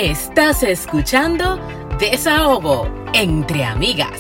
Estás escuchando Desahogo entre amigas.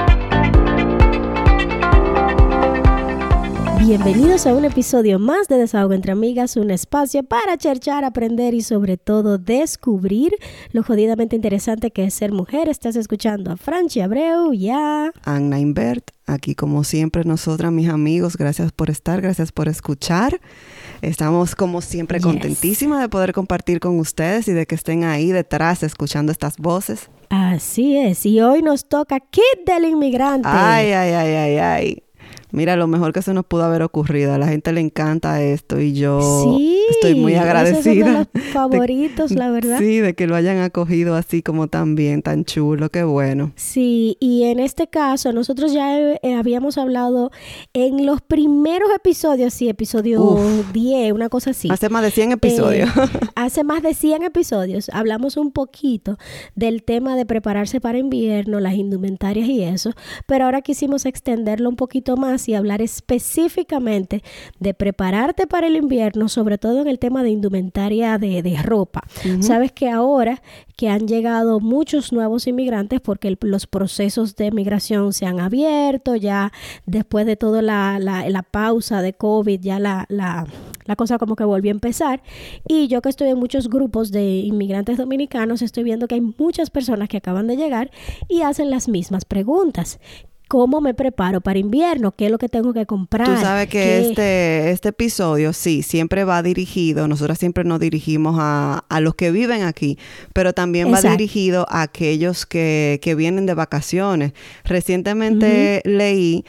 Bienvenidos a un episodio más de Desahogo entre amigas, un espacio para cherchar, aprender y sobre todo descubrir lo jodidamente interesante que es ser mujer. Estás escuchando a Franchi Abreu y a Anna Invert, aquí como siempre nosotras, mis amigos, gracias por estar, gracias por escuchar. Estamos como siempre contentísimas de poder compartir con ustedes y de que estén ahí detrás escuchando estas voces. Así es, y hoy nos toca Kit del Inmigrante. Ay. Mira, lo mejor que se nos pudo haber ocurrido. A la gente le encanta esto y yo estoy muy agradecida. Es uno de los favoritos, la verdad. Sí, de que lo hayan acogido así como tan bien, tan chulo. Qué bueno. Sí, y en este caso nosotros ya habíamos hablado en los primeros episodios, episodio 10, una cosa así. Hace más de 100 episodios. Hace más de 100 episodios hablamos un poquito del tema de prepararse para invierno, las indumentarias y eso, pero ahora quisimos extenderlo un poquito más y hablar específicamente de prepararte para el invierno, sobre todo en el tema de indumentaria de ropa. Uh-huh. Sabes que ahora que han llegado muchos nuevos inmigrantes porque los procesos de migración se han abierto, ya después de toda la pausa de COVID, ya la cosa como que volvió a empezar. Y yo que estoy en muchos grupos de inmigrantes dominicanos, estoy viendo que hay muchas personas que acaban de llegar y hacen las mismas preguntas. ¿Cómo me preparo para invierno? ¿Qué es lo que tengo que comprar? Tú sabes que este episodio, sí, siempre va dirigido, nosotras siempre nos dirigimos a los que viven aquí, pero también va dirigido a aquellos que vienen de vacaciones. Recientemente leí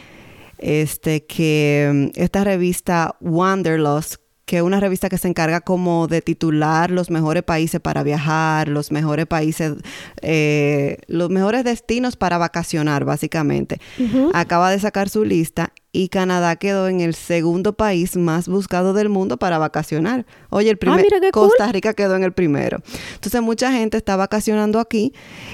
que esta revista Wanderlust, que es una revista que se encarga como de titular los mejores países para viajar, los mejores países, los mejores destinos para vacacionar, básicamente. Uh-huh. Acaba de sacar su lista y Canadá quedó en el segundo país más buscado del mundo para vacacionar. Oye, el primer, Costa Rica quedó en el primero. Entonces, mucha gente está vacacionando aquí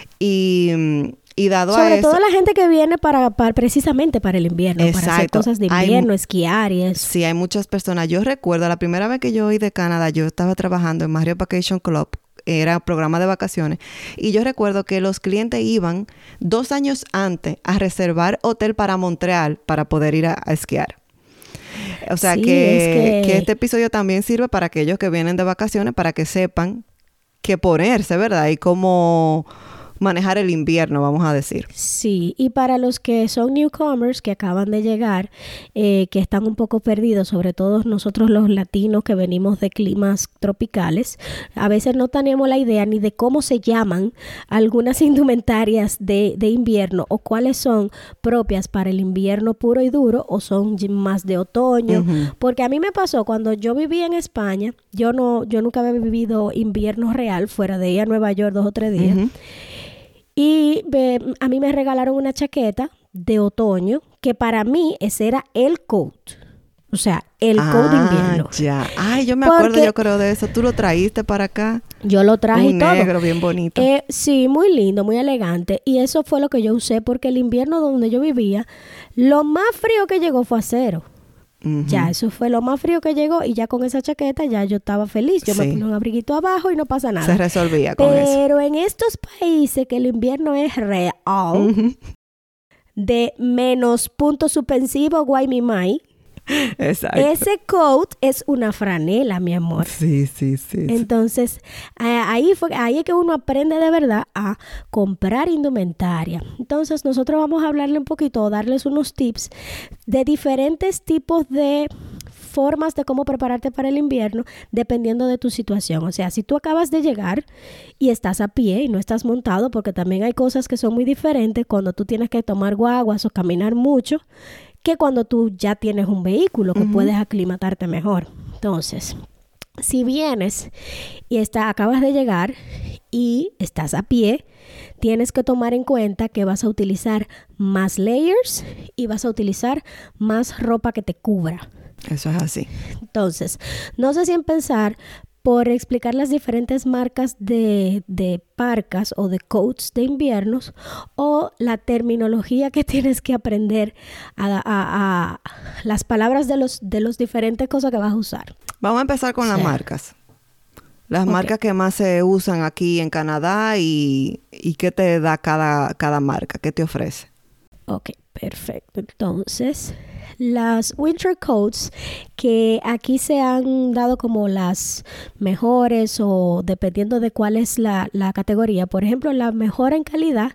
y dado sobre a eso, todo la gente que viene precisamente para el invierno, exacto, para hacer cosas de invierno, esquiar y eso. Sí, hay muchas personas. Yo recuerdo la primera vez que yo oí de Canadá, yo estaba trabajando en Marriott Vacation Club, era programa de vacaciones, y yo recuerdo que los clientes iban 2 años antes a reservar hotel para Montreal para poder ir a esquiar. O sea, sí, que este episodio también sirve para aquellos que vienen de vacaciones, para que sepan qué ponerse, ¿verdad? Y cómo manejar el invierno, vamos a decir. Sí, y para los que son newcomers, que acaban de llegar, que están un poco perdidos, sobre todo nosotros los latinos que venimos de climas tropicales, a veces no tenemos la idea ni de cómo se llaman algunas indumentarias de invierno o cuáles son propias para el invierno puro y duro o son más de otoño. Uh-huh. Porque a mí me pasó cuando yo viví en España, yo nunca había vivido invierno real fuera de ir a Nueva York 2 o 3 días. Uh-huh. Y a mí me regalaron una chaqueta de otoño que para mí ese era el coat. O sea, el coat de invierno. Ya. Ay, yo me acuerdo, yo creo de eso. ¿Tú lo traíste para acá? Yo lo traje y todo. Negro, bien bonito. Sí, muy lindo, muy elegante. Y eso fue lo que yo usé porque el invierno donde yo vivía, lo más frío que llegó fue a 0. Uh-huh. Ya, eso fue lo más frío que llegó y ya con esa chaqueta ya yo estaba feliz. Yo me puse un abriguito abajo y no pasa nada. Se resolvía con eso. Pero en estos países que el invierno es real, uh-huh, de menos punto suspensivo, guaymimay. Exacto. Ese coat es una franela, mi amor. Sí. Entonces, ahí es que uno aprende de verdad a comprar indumentaria. Entonces, nosotros vamos a hablarle un poquito, darles unos tips de diferentes tipos de formas de cómo prepararte para el invierno dependiendo de tu situación. O sea, si tú acabas de llegar y estás a pie y no estás montado, porque también hay cosas que son muy diferentes cuando tú tienes que tomar guaguas o caminar mucho, que cuando tú ya tienes un vehículo que uh-huh, puedes aclimatarte mejor. Entonces, si vienes y acabas de llegar y estás a pie, tienes que tomar en cuenta que vas a utilizar más layers y vas a utilizar más ropa que te cubra. Eso es así. Entonces, no sé si empezar por explicar las diferentes marcas de parcas o de coats de inviernos o la terminología que tienes que aprender a las palabras de los diferentes cosas que vas a usar. Vamos a empezar con las marcas. Las marcas que más se usan aquí en Canadá y qué te da cada marca, qué te ofrece. Ok, perfecto. Entonces, las winter coats que aquí se han dado como las mejores o dependiendo de cuál es la categoría. Por ejemplo, la mejor en calidad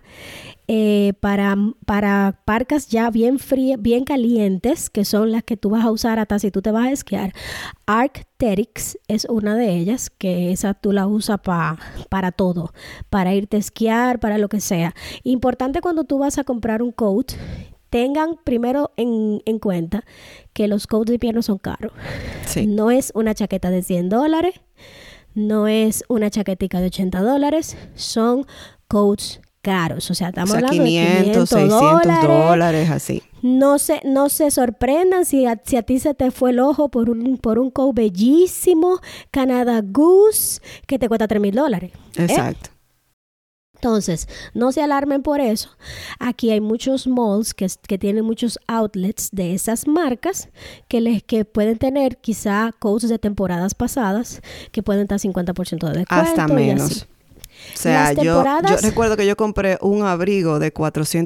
para parcas ya bien frías, bien calientes, que son las que tú vas a usar hasta si tú te vas a esquiar. Arc'teryx es una de ellas, que esa tú la usas para todo, para irte a esquiar, para lo que sea. Importante cuando tú vas a comprar un coat, tengan primero en cuenta que los coats de invierno son caros. Sí. No es una chaqueta de $100, no es una chaquetica de $80, son coats caros. O sea, estamos hablando 500, de $600, así. No se sorprendan si a ti se te fue el ojo por un coat bellísimo, Canada Goose, que te cuesta $3,000. Exacto. Entonces, no se alarmen por eso. Aquí hay muchos malls que tienen muchos outlets de esas marcas que pueden tener quizá coats de temporadas pasadas que pueden estar 50% de descuento. Hasta menos. O sea, yo recuerdo que yo compré un abrigo de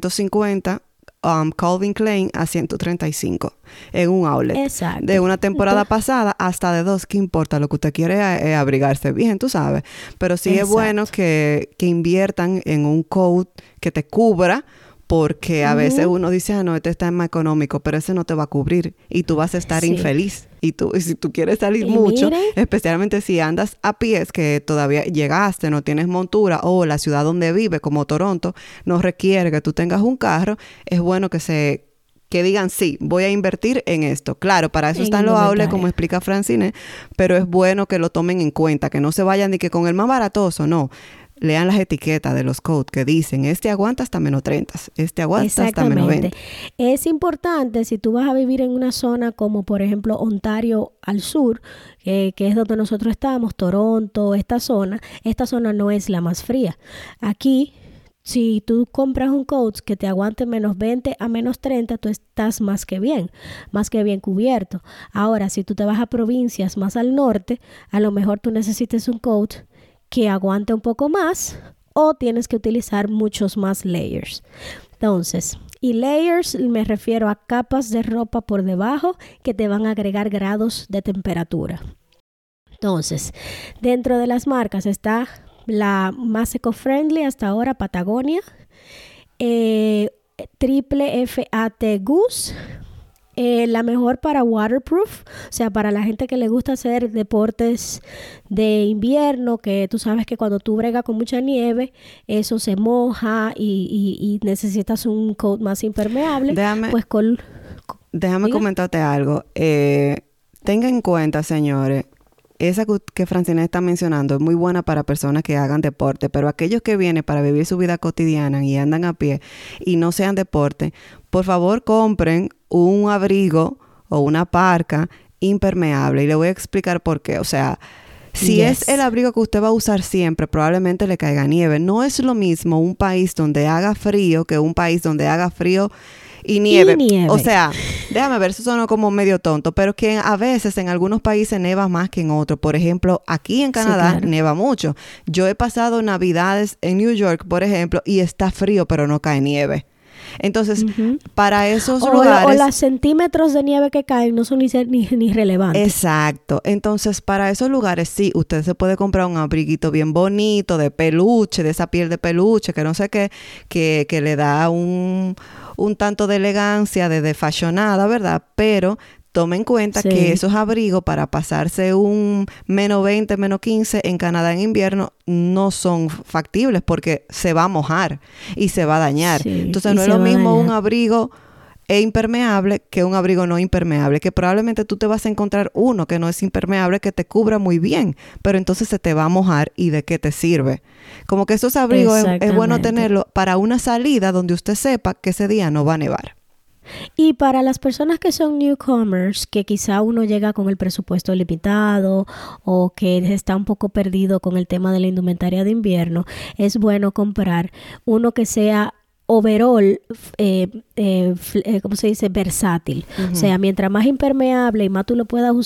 450 Calvin Klein a 135 en un outlet. Exacto. De una temporada pasada hasta de 2. ¿Qué importa? Lo que usted quiere es abrigarse bien, tú sabes. Pero sí es bueno que inviertan en un coat que te cubra, porque a veces uno dice, no, este está más económico, pero ese no te va a cubrir y tú vas a estar infeliz. Y si tú quieres salir mucho, especialmente si andas a pies, que todavía llegaste, no tienes montura, o la ciudad donde vive, como Toronto, no requiere que tú tengas un carro, es bueno que digan, sí, voy a invertir en esto. Claro, para eso están los outlets, como explica Francine, pero es bueno que lo tomen en cuenta, que no se vayan ni que con el más baratoso, no. Lean las etiquetas de los coats que dicen, este aguanta hasta menos 30, este aguanta hasta menos 20. Es importante si tú vas a vivir en una zona como por ejemplo Ontario al sur, que es donde nosotros estamos, Toronto, esta zona no es la más fría. Aquí, si tú compras un coat que te aguante menos 20 a menos 30, tú estás más que bien cubierto. Ahora, si tú te vas a provincias más al norte, a lo mejor tú necesites un coat que aguante un poco más o tienes que utilizar muchos más layers. Entonces, y layers me refiero a capas de ropa por debajo que te van a agregar grados de temperatura. Entonces, dentro de las marcas está la más eco-friendly hasta ahora, Patagonia, Triple FAT Goose, la mejor para waterproof, o sea, para la gente que le gusta hacer deportes de invierno, que tú sabes que cuando tú bregas con mucha nieve, eso se moja y necesitas un coat más impermeable. Déjame comentarte algo. Tenga en cuenta, señores, esa que Francine está mencionando es muy buena para personas que hagan deporte, pero aquellos que vienen para vivir su vida cotidiana y andan a pie y no sean deporte, por favor compren un abrigo o una parca impermeable. Y le voy a explicar por qué. O sea, si es el abrigo que usted va a usar siempre, probablemente le caiga nieve. No es lo mismo un país donde haga frío que un país donde haga frío y nieve. O sea, déjame ver, eso suena como medio tonto, pero que a veces en algunos países neva más que en otros. Por ejemplo, aquí en Canadá neva mucho. Yo he pasado navidades en New York, por ejemplo, y está frío, pero no cae nieve. Entonces, para esos lugares... O los centímetros de nieve que caen no son ni relevantes. Exacto. Entonces, para esos lugares, sí, usted se puede comprar un abriguito bien bonito, de peluche, de esa piel de peluche, que no sé qué, que le da un tanto de elegancia, de fashionada, ¿verdad? Pero tome en cuenta que esos abrigos para pasarse un menos 20, menos 15 en Canadá en invierno no son factibles porque se va a mojar y se va a dañar. Entonces no es lo mismo un abrigo impermeable que un abrigo no impermeable, que probablemente tú te vas a encontrar uno que no es impermeable, que te cubra muy bien, pero entonces se te va a mojar y ¿de qué te sirve? Como que esos abrigos es bueno tenerlo para una salida donde usted sepa que ese día no va a nevar. Y para las personas que son newcomers, que quizá uno llega con el presupuesto limitado o que está un poco perdido con el tema de la indumentaria de invierno, es bueno comprar uno que sea overall, ¿cómo se dice? Versátil. O sea, mientras más impermeable y más tú lo puedas usar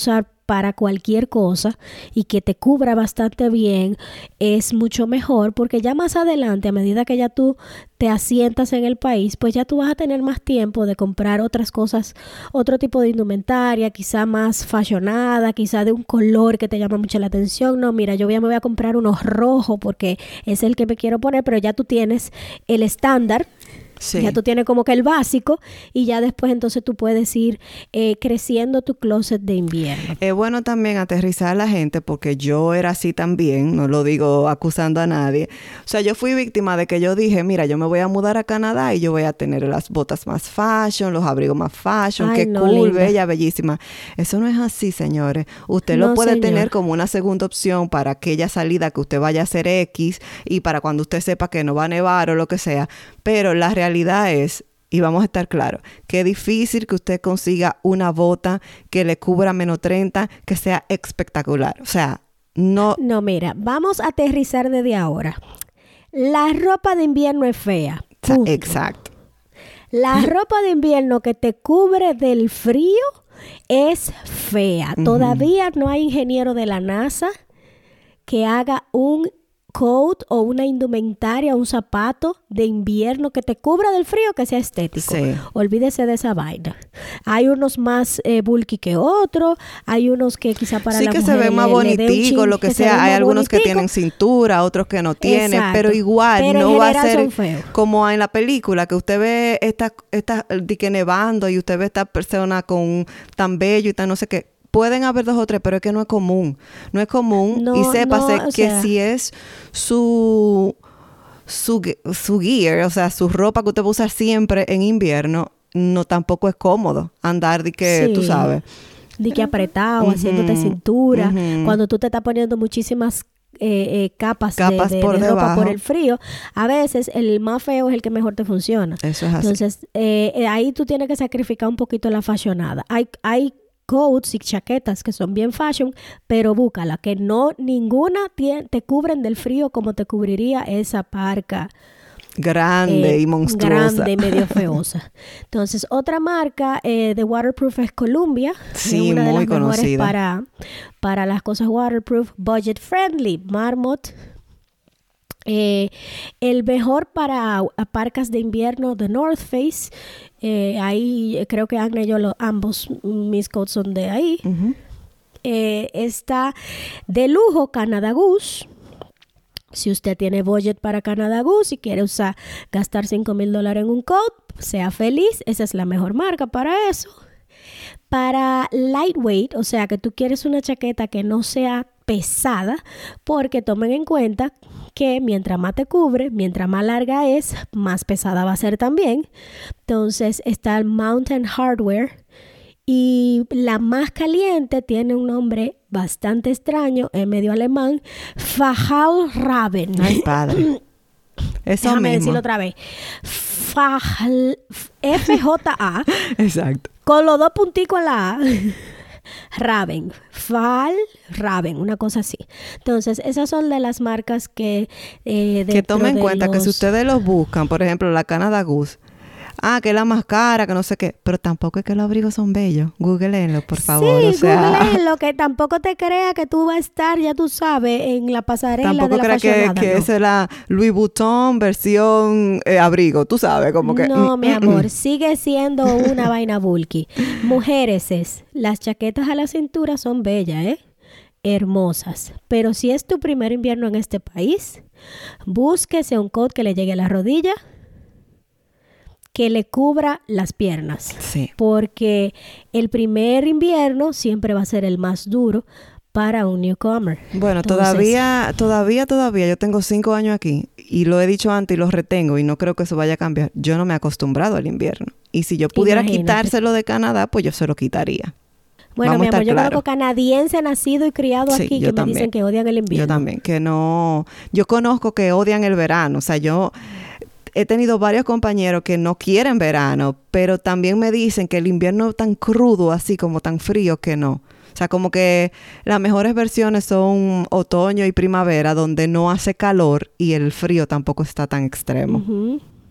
para cualquier cosa y que te cubra bastante bien es mucho mejor, porque ya más adelante, a medida que ya tú te asientas en el país, pues ya tú vas a tener más tiempo de comprar otras cosas, otro tipo de indumentaria, quizá más fashionada, quizá de un color que te llama mucho la atención. No, mira, me voy a comprar uno rojo porque es el que me quiero poner, pero ya tú tienes el estándar. Sí. Ya tú tienes como que el básico y ya después entonces tú puedes ir creciendo tu closet de invierno. Es bueno también aterrizar a la gente, porque yo era así también, no lo digo acusando a nadie. O sea, yo fui víctima de que yo dije, mira, yo me voy a mudar a Canadá y yo voy a tener las botas más fashion, los abrigos más fashion, qué no, cool, linda, bella, bellísima. Eso no es así, señores. Usted lo puede tener como una segunda opción para aquella salida que usted vaya a hacer X y para cuando usted sepa que no va a nevar o lo que sea. Pero la realidad es, y vamos a estar claros, que es difícil que usted consiga una bota que le cubra menos 30, que sea espectacular. O sea, no... No, mira, vamos a aterrizar desde ahora. La ropa de invierno es fea. Exacto. La ropa de invierno que te cubre del frío es fea. Todavía no hay ingeniero de la NASA que haga un coat o una indumentaria, un zapato de invierno que te cubra del frío, que sea estético. Sí. Olvídese de esa vaina. Hay unos más bulky que otros, hay unos que quizá para la mujer se ven más boniticos, lo que sea. Hay algunos bonitico, que tienen cintura, otros que no tienen, exacto, pero igual pero no va a ser como en la película, que usted ve esta de que nevando y usted ve esta persona con tan bello y tan no sé qué. Pueden haber 2 o 3, pero es que no es común. No es común. No, y sépase que si es su gear, o sea, su ropa que usted va a usar siempre en invierno, no tampoco es cómodo andar de que, tú sabes. De que apretado, haciéndote cintura. Cuando tú te estás poniendo muchísimas capas de ropa por el frío, a veces el más feo es el que mejor te funciona. Eso es así. Entonces, ahí tú tienes que sacrificar un poquito la fashionada. Hay coats y chaquetas que son bien fashion, pero búscala, que no ninguna te cubren del frío como te cubriría esa parca grande y monstruosa. Grande y medio feosa. Entonces, otra marca de waterproof es Columbia. Sí, una de muy las conocida. Mejores para las cosas waterproof, budget friendly, Marmot. El mejor para parcas de invierno, The North Face. Ahí creo que Agnes y yo ambos mis coats son de ahí. Está de lujo Canada Goose. Si usted tiene budget para Canada Goose y quiere gastar $5,000 en un coat, sea feliz. Esa es la mejor marca para eso. Para lightweight, o sea que tú quieres una chaqueta que no sea pesada, porque tomen en cuenta que mientras más te cubre, mientras más larga es, más pesada va a ser también. Entonces está el Mountain Hardwear, y la más caliente tiene un nombre bastante extraño, es medio alemán, Fjallraven. Ay, padre. Eso Déjame mismo. decirlo otra vez. F-J-A. Exacto. Con los 2 punticos en la A. Raven, una cosa así. Entonces, esas son de las marcas que tomen en cuenta que si ustedes los buscan, por ejemplo, la Canada Goose, que es la más cara, que no sé qué, pero tampoco es que los abrigos son bellos. Googleenlo, por favor. Sí, googleenlo, que tampoco te crea que tú vas a estar, ya tú sabes, en la pasarela tampoco de la fashionada. Tampoco crea que esa es la Louis Vuitton versión abrigo, tú sabes, como que... No, mi amor, sigue siendo una vaina bulky. Mujeres, las chaquetas a la cintura son bellas, hermosas. Pero si es tu primer invierno en este país, búsquese un coat que le llegue a la rodilla, que le cubra las piernas. Sí. Porque el primer invierno siempre va a ser el más duro para un newcomer. Bueno, entonces, todavía yo tengo 5 años aquí y lo he dicho antes y lo retengo y no creo que eso vaya a cambiar. Yo no me he acostumbrado al invierno. Y si yo pudiera quitárselo de Canadá, pues yo se lo quitaría. Bueno, mi amor, yo conozco canadiense nacido y criado aquí que me dicen que odian el invierno. Yo también, que no... Yo conozco que odian el verano. O sea, yo... He tenido varios compañeros que no quieren verano, pero también me dicen que el invierno es tan crudo, así como tan frío, que no. O sea, como que las mejores versiones son otoño y primavera, donde no hace calor y el frío tampoco está tan extremo.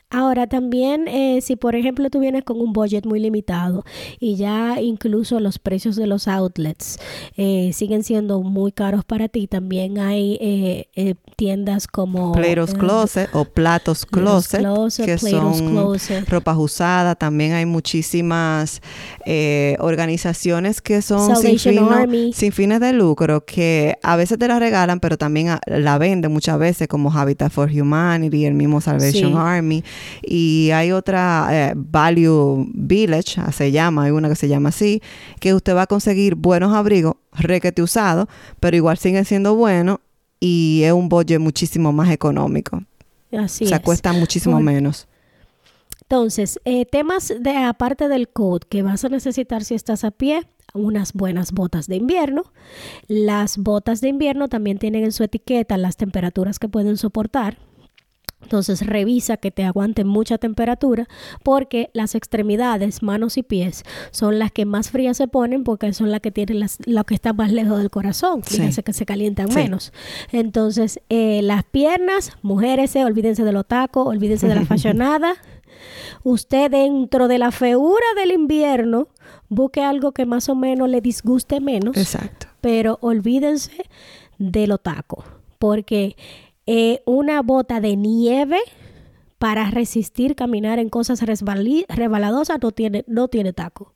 Ahora también, si por ejemplo tú vienes con un budget muy limitado y ya incluso los precios de los outlets siguen siendo muy caros para ti, también hay tiendas como Plato's Closet o Platos Closet, que son ropas usadas. También hay muchísimas organizaciones que son sin fines de lucro, que a veces te la regalan, pero también la venden muchas veces, como Habitat for Humanity, el mismo Salvation Army. Y hay otra, Value Village, se llama, hay una que se llama así, que usted va a conseguir buenos abrigos, requete usados, pero igual siguen siendo buenos y es un budget muchísimo más económico. Así es. O sea, cuesta muchísimo menos. Entonces, temas de aparte del coat que vas a necesitar si estás a pie, unas buenas botas de invierno. Las botas de invierno también tienen en su etiqueta las temperaturas que pueden soportar. Entonces revisa que te aguanten mucha temperatura porque las extremidades, manos y pies son las que más frías se ponen porque son las que tienen lo que está más lejos del corazón, fíjense que se calientan menos. Entonces las piernas, mujeres, olvídense de los tacos, olvídense de la fashionada. Usted dentro de la feura del invierno busque algo que más o menos le disguste menos. Exacto. Pero olvídense de los tacos porque una bota de nieve para resistir caminar en cosas resbaladosas no tiene taco.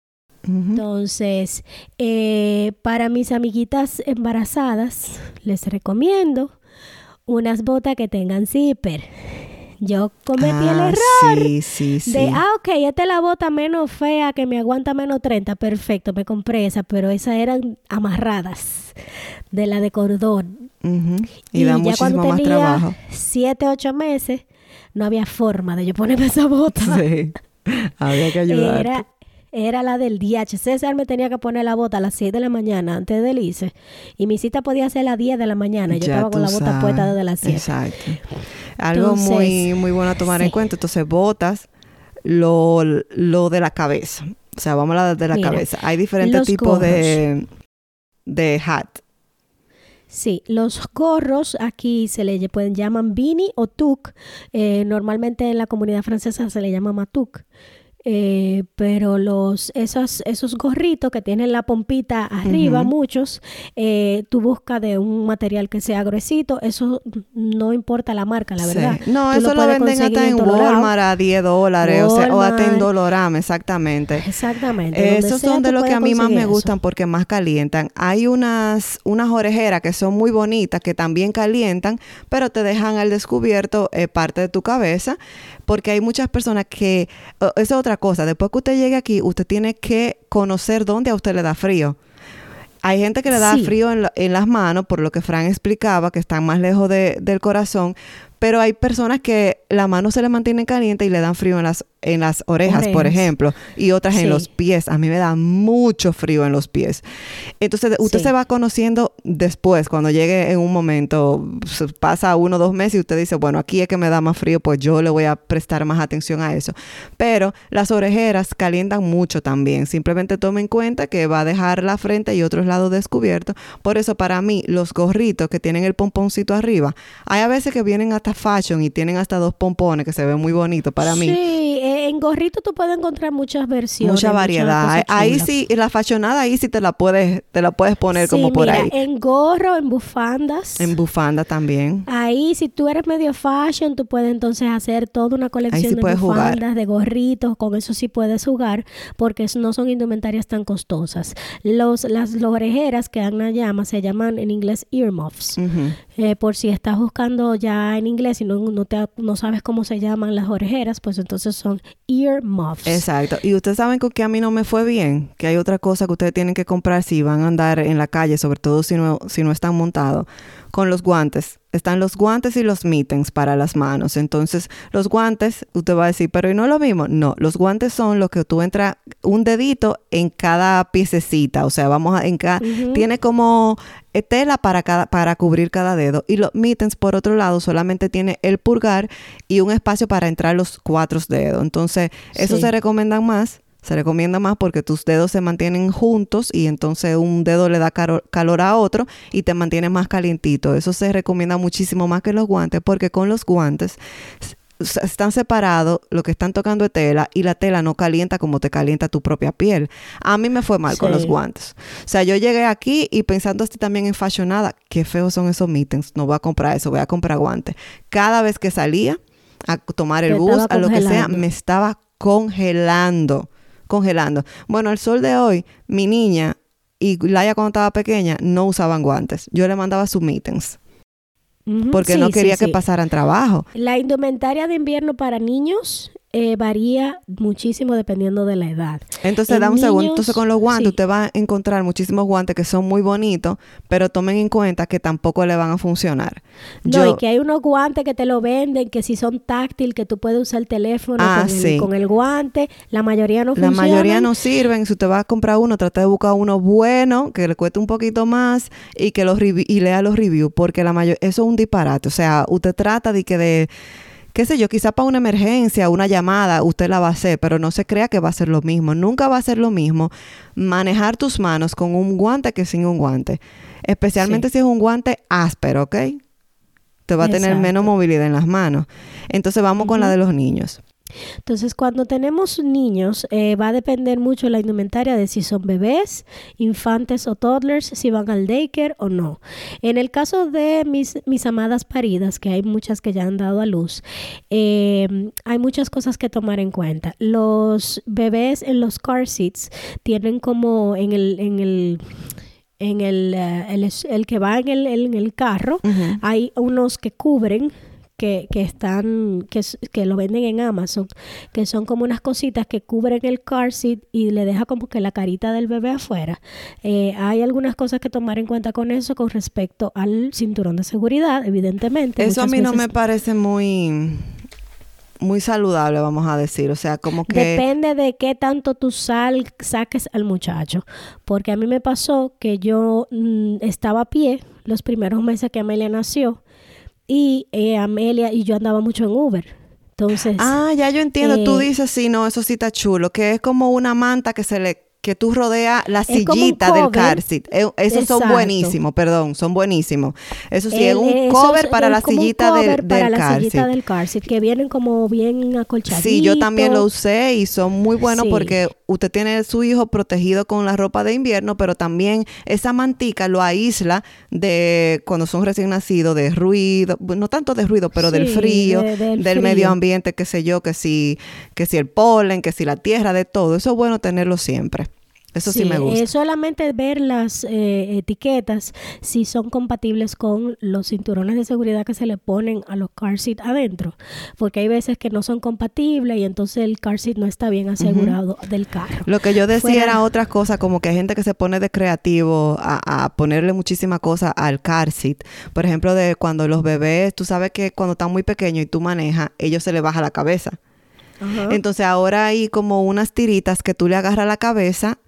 Entonces, para mis amiguitas embarazadas, les recomiendo unas botas que tengan zipper. Yo cometí el error de, ok, esta es la bota menos fea que me aguanta menos 30. Perfecto, me compré esa, pero esas eran amarradas de la de cordón. Y da muchísimo más trabajo. 7, 8 meses, no había forma de yo ponerme esa bota. Sí, había que ayudar. Era la del DH. César me tenía que poner la bota a las 6 de la mañana antes del ICE. Y mi cita podía ser a las 10 de la mañana. Yo estaba con la bota puesta desde las 7. Exacto. Algo muy, muy bueno a tomar en cuenta. Entonces, botas, lo de la cabeza. O sea, vamos a hablar de la cabeza. Hay diferentes tipos de hat. Sí, los gorros aquí se le llaman beanie o toque. Normalmente en la comunidad francesa se le llama matouk. Pero esos gorritos que tienen la pompita arriba, muchos, tú buscas de un material que sea gruesito, eso no importa la marca, la verdad. No, eso lo venden hasta en Walmart a $10, o hasta en Dolorama, exactamente. Esos son de los que a mí más me gustan porque más calientan. Hay unas orejeras que son muy bonitas, que también calientan, pero te dejan al descubierto parte de tu cabeza, porque hay muchas personas que, esa es otra cosa, después que usted llegue aquí, usted tiene que conocer dónde a usted le da frío. Hay gente que le da frío en las manos, por lo que Fran explicaba, que están más lejos del corazón, pero hay personas que la mano se le mantiene caliente y le dan frío en las orejas, por ejemplo, y otras en los pies. A mí me da mucho frío en los pies. Entonces, usted se va conociendo después, cuando llegue en un momento, pasa 1 o 2 meses y usted dice, bueno, aquí es que me da más frío, pues yo le voy a prestar más atención a eso. Pero las orejeras calientan mucho también. Simplemente tome en cuenta que va a dejar la frente y otros lados descubiertos. Por eso, para mí, los gorritos que tienen el pomponcito arriba, hay a veces que vienen hasta fashion y tienen hasta 2 pompones que se ven muy bonitos para mí. Sí, en gorrito tú puedes encontrar muchas versiones. Mucha variedad. Ahí sí, la fashionada ahí sí te la puedes poner como por ahí. En gorro, en bufandas. En bufanda también. Ahí si tú eres medio fashion, tú puedes entonces hacer toda una colección de bufandas, de gorritos. Con eso sí puedes jugar porque no son indumentarias tan costosas. Las orejeras que Ana llama, se llaman en inglés earmuffs. Por si estás buscando ya en inglés y no sabes cómo se llaman las orejeras, pues entonces son earmuffs. Exacto. Y ustedes saben que a mí no me fue bien, que hay otra cosa que ustedes tienen que comprar si van a andar en la calle, sobre todo si no están montados, con los guantes. Están los guantes y los mittens para las manos. Entonces, los guantes, usted va a decir, pero ¿y no es lo mismo? No, los guantes son los que tú entras un dedito en cada piececita. O sea, tiene como tela para cubrir cada dedo. Y los mittens, por otro lado, solamente tiene el pulgar y un espacio para entrar los 4 dedos. Entonces, eso se recomienda más porque tus dedos se mantienen juntos y entonces un dedo le da calor a otro y te mantiene más calientito. Eso se recomienda muchísimo más que los guantes porque con los guantes están separados, lo que están tocando es tela y la tela no calienta como te calienta tu propia piel. A mí me fue mal con los guantes. O sea, yo llegué aquí y pensando así también en fashionada, qué feos son esos mittens, no voy a comprar eso, voy a comprar guantes. Cada vez que salía a tomar el bus, a lo que sea, me estaba congelando. Bueno, al sol de hoy, mi niña y Laia cuando estaba pequeña no usaban guantes. Yo le mandaba sus mittens. Porque no quería que pasaran trabajo. La indumentaria de invierno para niños varía muchísimo dependiendo de la edad. Entonces, da un segundo. Entonces, con los guantes, usted va a encontrar muchísimos guantes que son muy bonitos, pero tomen en cuenta que tampoco le van a funcionar. Y que hay unos guantes que te lo venden, que si son táctil, que tú puedes usar el teléfono con el guante. La mayoría no funcionan. La mayoría no sirven. Si usted va a comprar uno, trate de buscar uno bueno, que le cueste un poquito más y que y lea los reviews, porque eso es un disparate. O sea, usted trata de qué sé yo, quizá para una emergencia, una llamada, usted la va a hacer, pero no se crea que va a ser lo mismo. Nunca va a ser lo mismo manejar tus manos con un guante que sin un guante. Especialmente si es un guante áspero, ¿ok? Te va a tener menos movilidad en las manos. Entonces vamos con la de los niños. Entonces, cuando tenemos niños, va a depender mucho la indumentaria de si son bebés, infantes o toddlers, si van al daycare o no. En el caso de mis amadas paridas, que hay muchas que ya han dado a luz, hay muchas cosas que tomar en cuenta. Los bebés en los car seats tienen como en el que va en el carro, hay unos que cubren que lo venden en Amazon, que son como unas cositas que cubren el car seat y le deja como que la carita del bebé afuera. Hay algunas cosas que tomar en cuenta con eso con respecto al cinturón de seguridad, evidentemente. Eso a mí no me parece muy saludable, vamos a decir. O sea, como que... Depende de qué tanto tú saques al muchacho. Porque a mí me pasó que yo estaba a pie los primeros meses que Amelia nació. Y Amelia y yo andaba mucho en Uber. Entonces... ya yo entiendo. Tú dices, sí, no, eso sí está chulo. Que es como una manta que tú rodeas la sillita del car seat. Esos son buenísimos, son buenísimos. Eso sí, es un cover para la sillita del car seat, que vienen como bien acolchaditos. Sí, yo también lo usé y son muy buenos porque usted tiene a su hijo protegido con la ropa de invierno, pero también esa mantica lo aísla de cuando son recién nacidos, de ruido, no tanto de ruido, pero del frío, del medio ambiente, qué sé yo, que si el polen, que si la tierra, de todo. Eso es bueno tenerlo siempre. Eso sí me gusta. Solamente ver las etiquetas si son compatibles con los cinturones de seguridad que se le ponen a los car seat adentro. Porque hay veces que no son compatibles y entonces el car seat no está bien asegurado del carro. Lo que yo decía era otras cosas, como que hay gente que se pone de creativo a ponerle muchísima cosa al car seat. Por ejemplo, de cuando los bebés, tú sabes que cuando están muy pequeños y tú manejas, ellos se les baja la cabeza. Entonces ahora hay como unas tiritas que tú le agarras la cabeza.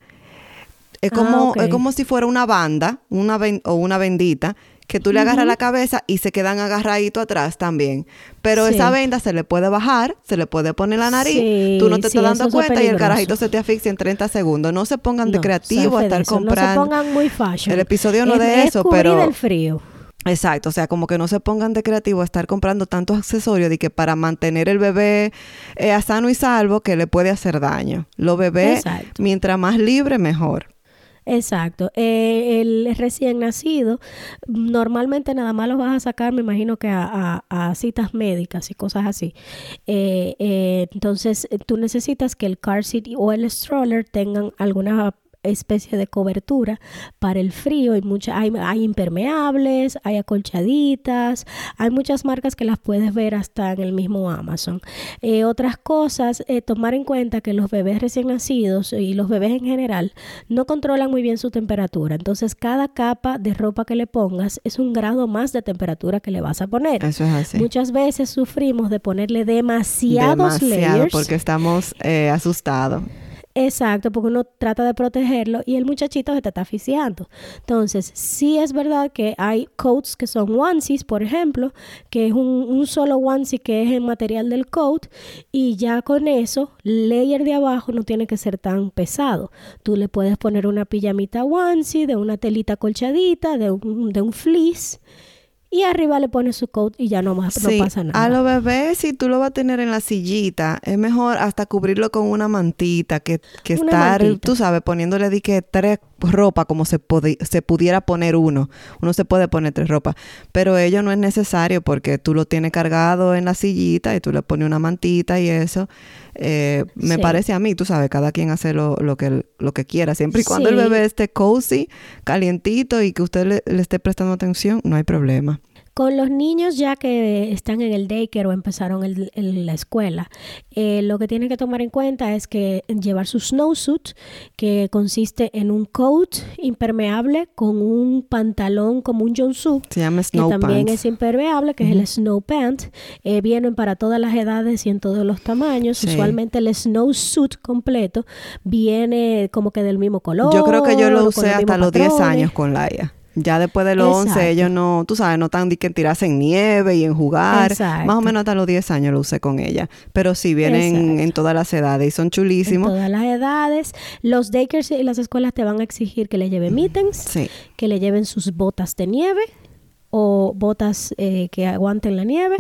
Es como si fuera una banda, o una bendita, que tú le agarras la cabeza y se quedan agarraditos atrás también. Pero esa venda se le puede bajar, se le puede poner la nariz, tú no te estás dando cuenta y el carajito se te asfixia en 30 segundos. No se pongan de creativo a estar comprando. No se pongan muy fashion. El episodio no de eso, pero... del frío. Exacto, o sea, como que no se pongan de creativo a estar comprando tantos accesorios de que para mantener el bebé a sano y salvo, que le puede hacer daño. Los bebés, mientras más libre, mejor. Exacto. El recién nacido, normalmente nada más lo vas a sacar, me imagino que a citas médicas y cosas así. Entonces, tú necesitas que el car seat o el stroller tengan alguna especie de cobertura para el frío. Hay impermeables, hay acolchaditas, hay muchas marcas que las puedes ver hasta en el mismo Amazon. Otras cosas, tomar en cuenta que los bebés recién nacidos y los bebés en general no controlan muy bien su temperatura. Entonces, cada capa de ropa que le pongas es un grado más de temperatura que le vas a poner. Eso es así. Muchas veces sufrimos de ponerle demasiados layers porque estamos asustados. Exacto, porque uno trata de protegerlo y el muchachito se te está asfixiando. Entonces, sí es verdad que hay coats que son onesies, por ejemplo, que es un solo onesie que es el material del coat y ya con eso, layer de abajo no tiene que ser tan pesado. Tú le puedes poner una pijamita onesie de una telita colchadita, de un fleece y arriba le pones su coat y ya no pasa nada. A los bebés, si tú lo vas a tener en la sillita, es mejor hasta cubrirlo con una mantita que estar, tú sabes, poniéndole de que 3 ropas como se pudiera poner uno. Uno se puede poner 3 ropas, pero ello no es necesario porque tú lo tienes cargado en la sillita y tú le pones una mantita y eso. Me parece a mí, tú sabes, cada quien hace lo que quiera, siempre y cuando el bebé esté cozy, calientito y que usted le esté prestando atención, no hay problema. Con los niños ya que están en el daycare o empezaron en la escuela, lo que tienen que tomar en cuenta es que llevar su snowsuit, que consiste en un coat impermeable con un pantalón como un jumpsuit. Se llama snow que también pants. es impermeable, que es el snow pant. Vienen para todas las edades y en todos los tamaños. Sí. Usualmente el snowsuit completo viene como que del mismo color. Yo creo que yo lo usé hasta los 10 patrones. años con Laia. Ya después de los 11, ellos no, tú sabes, no están de que en tirarse en nieve y en jugar. Exacto. Más o menos hasta los 10 años lo usé con ella. Pero sí, vienen en todas las edades y son chulísimos. En todas las edades. Los daycares y las escuelas te van a exigir que le lleven mittens, Sí. que le lleven sus botas de nieve o botas que aguanten la nieve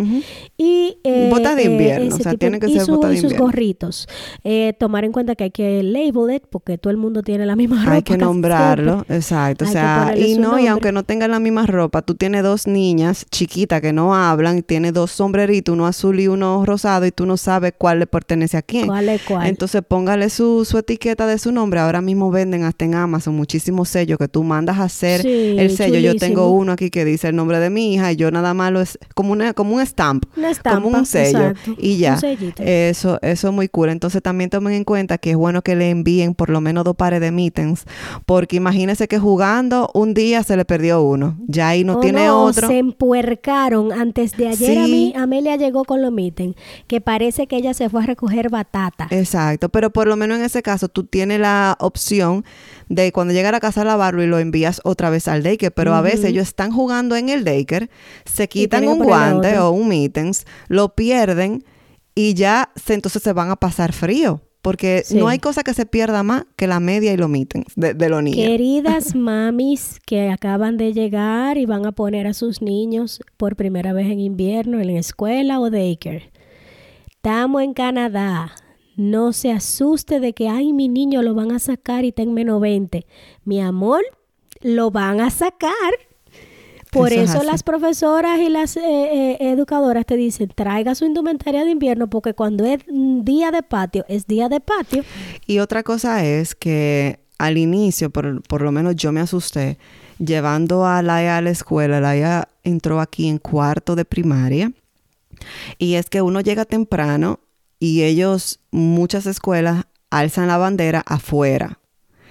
y botas de invierno, o sea, tienen que ser botas de y sus invierno. gorritos. Tomar en cuenta que hay que label it porque todo el mundo tiene la misma ropa. Hay que nombrarlo, exacto. O Hay que sea, ponerle y su no, y nombre. aunque no tengan la misma ropa, tú tienes 2 niñas chiquitas que no hablan, y tienes 2 sombreritos, uno azul y uno rosado, y tú no sabes cuál le pertenece a quién. ¿Cuál es cuál? Entonces póngale su etiqueta de su nombre. Ahora mismo venden hasta en Amazon muchísimos sellos que tú mandas a hacer Sí, el sello. chulísimo. Yo tengo uno aquí que dice el nombre de mi hija y yo nada más lo es como un stamp, Una estampa, como un sello, exacto. y ya. Un sellito. Eso es muy cool. Entonces también tomen en cuenta que es bueno que le envíen por lo menos 2 pares de mittens, porque imagínense que jugando un día se le perdió uno, ya ahí no tiene otro. Se empuercaron. Antes de ayer Sí. Amelia llegó con los mittens, que parece que ella se fue a recoger batata. Exacto, pero por lo menos en ese caso tú tienes la opción de cuando llega a la casa lavarlo y lo envías otra vez al daycare, pero a veces ellos están jugando en el daycare, se quitan tienen un que ponerle guante otro. o un mittens, lo pierden y ya entonces se van a pasar frío, porque Sí. no hay cosa que se pierda más que la media y los mittens de los niños. Queridas mamis que acaban de llegar y van a poner a sus niños por primera vez en invierno en la escuela o daycare. Estamos en Canadá. No se asuste de que, ay, mi niño lo van a sacar y está en -20. Mi amor, lo van a sacar. Por Eso es eso así. las profesoras y las educadoras te dicen, traiga su indumentaria de invierno porque cuando es día de patio, es día de patio. Y otra cosa es que al inicio, por lo menos yo me asusté, llevando a Laia a la escuela. Laia entró aquí en 4º de primaria. Y es que uno llega temprano y ellos, muchas escuelas, alzan la bandera afuera.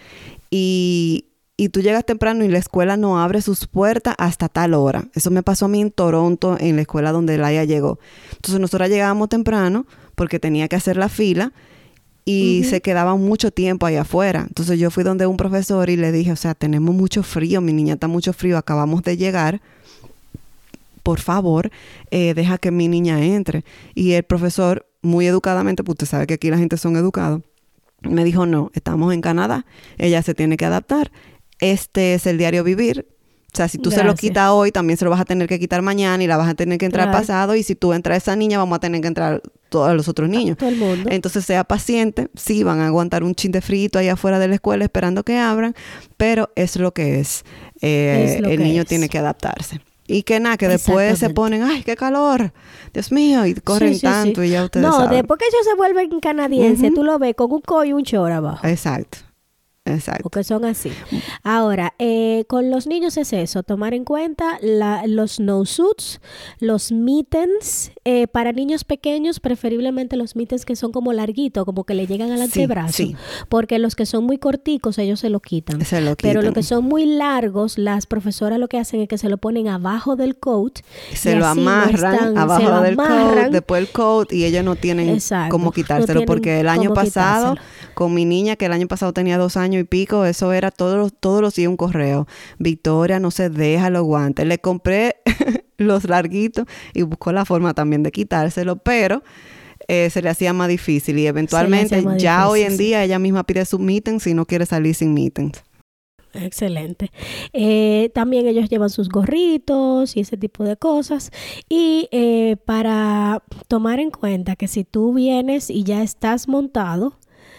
Y tú llegas temprano y la escuela no abre sus puertas hasta tal hora. Eso me pasó a mí en Toronto, en la escuela donde Laia llegó. Entonces nosotros llegábamos temprano porque tenía que hacer la fila y se quedaban mucho tiempo ahí afuera. Entonces yo fui donde un profesor y le dije, o sea, tenemos mucho frío, mi niña está mucho frío, acabamos de llegar. Por favor, deja que mi niña entre. Y el profesor, muy educadamente, pues usted sabe que aquí la gente son educados, me dijo, no, estamos en Canadá, ella se tiene que adaptar. Este es el diario vivir. O sea, si tú se lo Gracias. quitas hoy, también se lo vas a tener que quitar mañana y la vas a tener que entrar Claro. pasado. Y si tú entras a esa niña, vamos a tener que entrar todos los otros niños. Todo el mundo. Entonces, sea paciente. Sí, van a aguantar un chin de frito ahí afuera de la escuela esperando que abran, pero es lo que es. Es lo El que niño es. tiene que adaptarse. Y que nada, que después se Exactamente. ponen, ¡ay, qué calor! Dios mío, y corren Sí, sí, tanto sí. y ya ustedes No, saben. después que ellos se vuelven canadienses, tú lo ves con un co y un chor abajo. Exacto. Exacto. Porque son así. Ahora, con los niños es eso, tomar en cuenta los snowsuits, los mittens, para niños pequeños, preferiblemente los mittens que son como larguitos, como que le llegan al Sí, antebrazo, sí. porque los que son muy corticos, ellos se lo quitan. Se lo Pero los quitan. que son muy largos, las profesoras lo que hacen es que se lo ponen abajo del coat. Se y lo así no amarran están- se abajo lo del coat, amarran. después el coat, y ellos no tienen Exacto. cómo No quitárselo, tienen porque el año cómo pasado, quitárselo. con mi niña, que el año pasado tenía 2 años y pico, eso era todos los días un correo. Victoria no se deja los guantes. Le compré los larguitos y buscó la forma también de quitárselo, pero se le hacía más difícil y eventualmente más ya difícil, hoy en sí. día ella misma pide sus mittens si no quiere salir sin mittens. Excelente. También ellos llevan sus gorritos y ese tipo de cosas. Y para tomar en cuenta que si tú vienes y ya estás montado,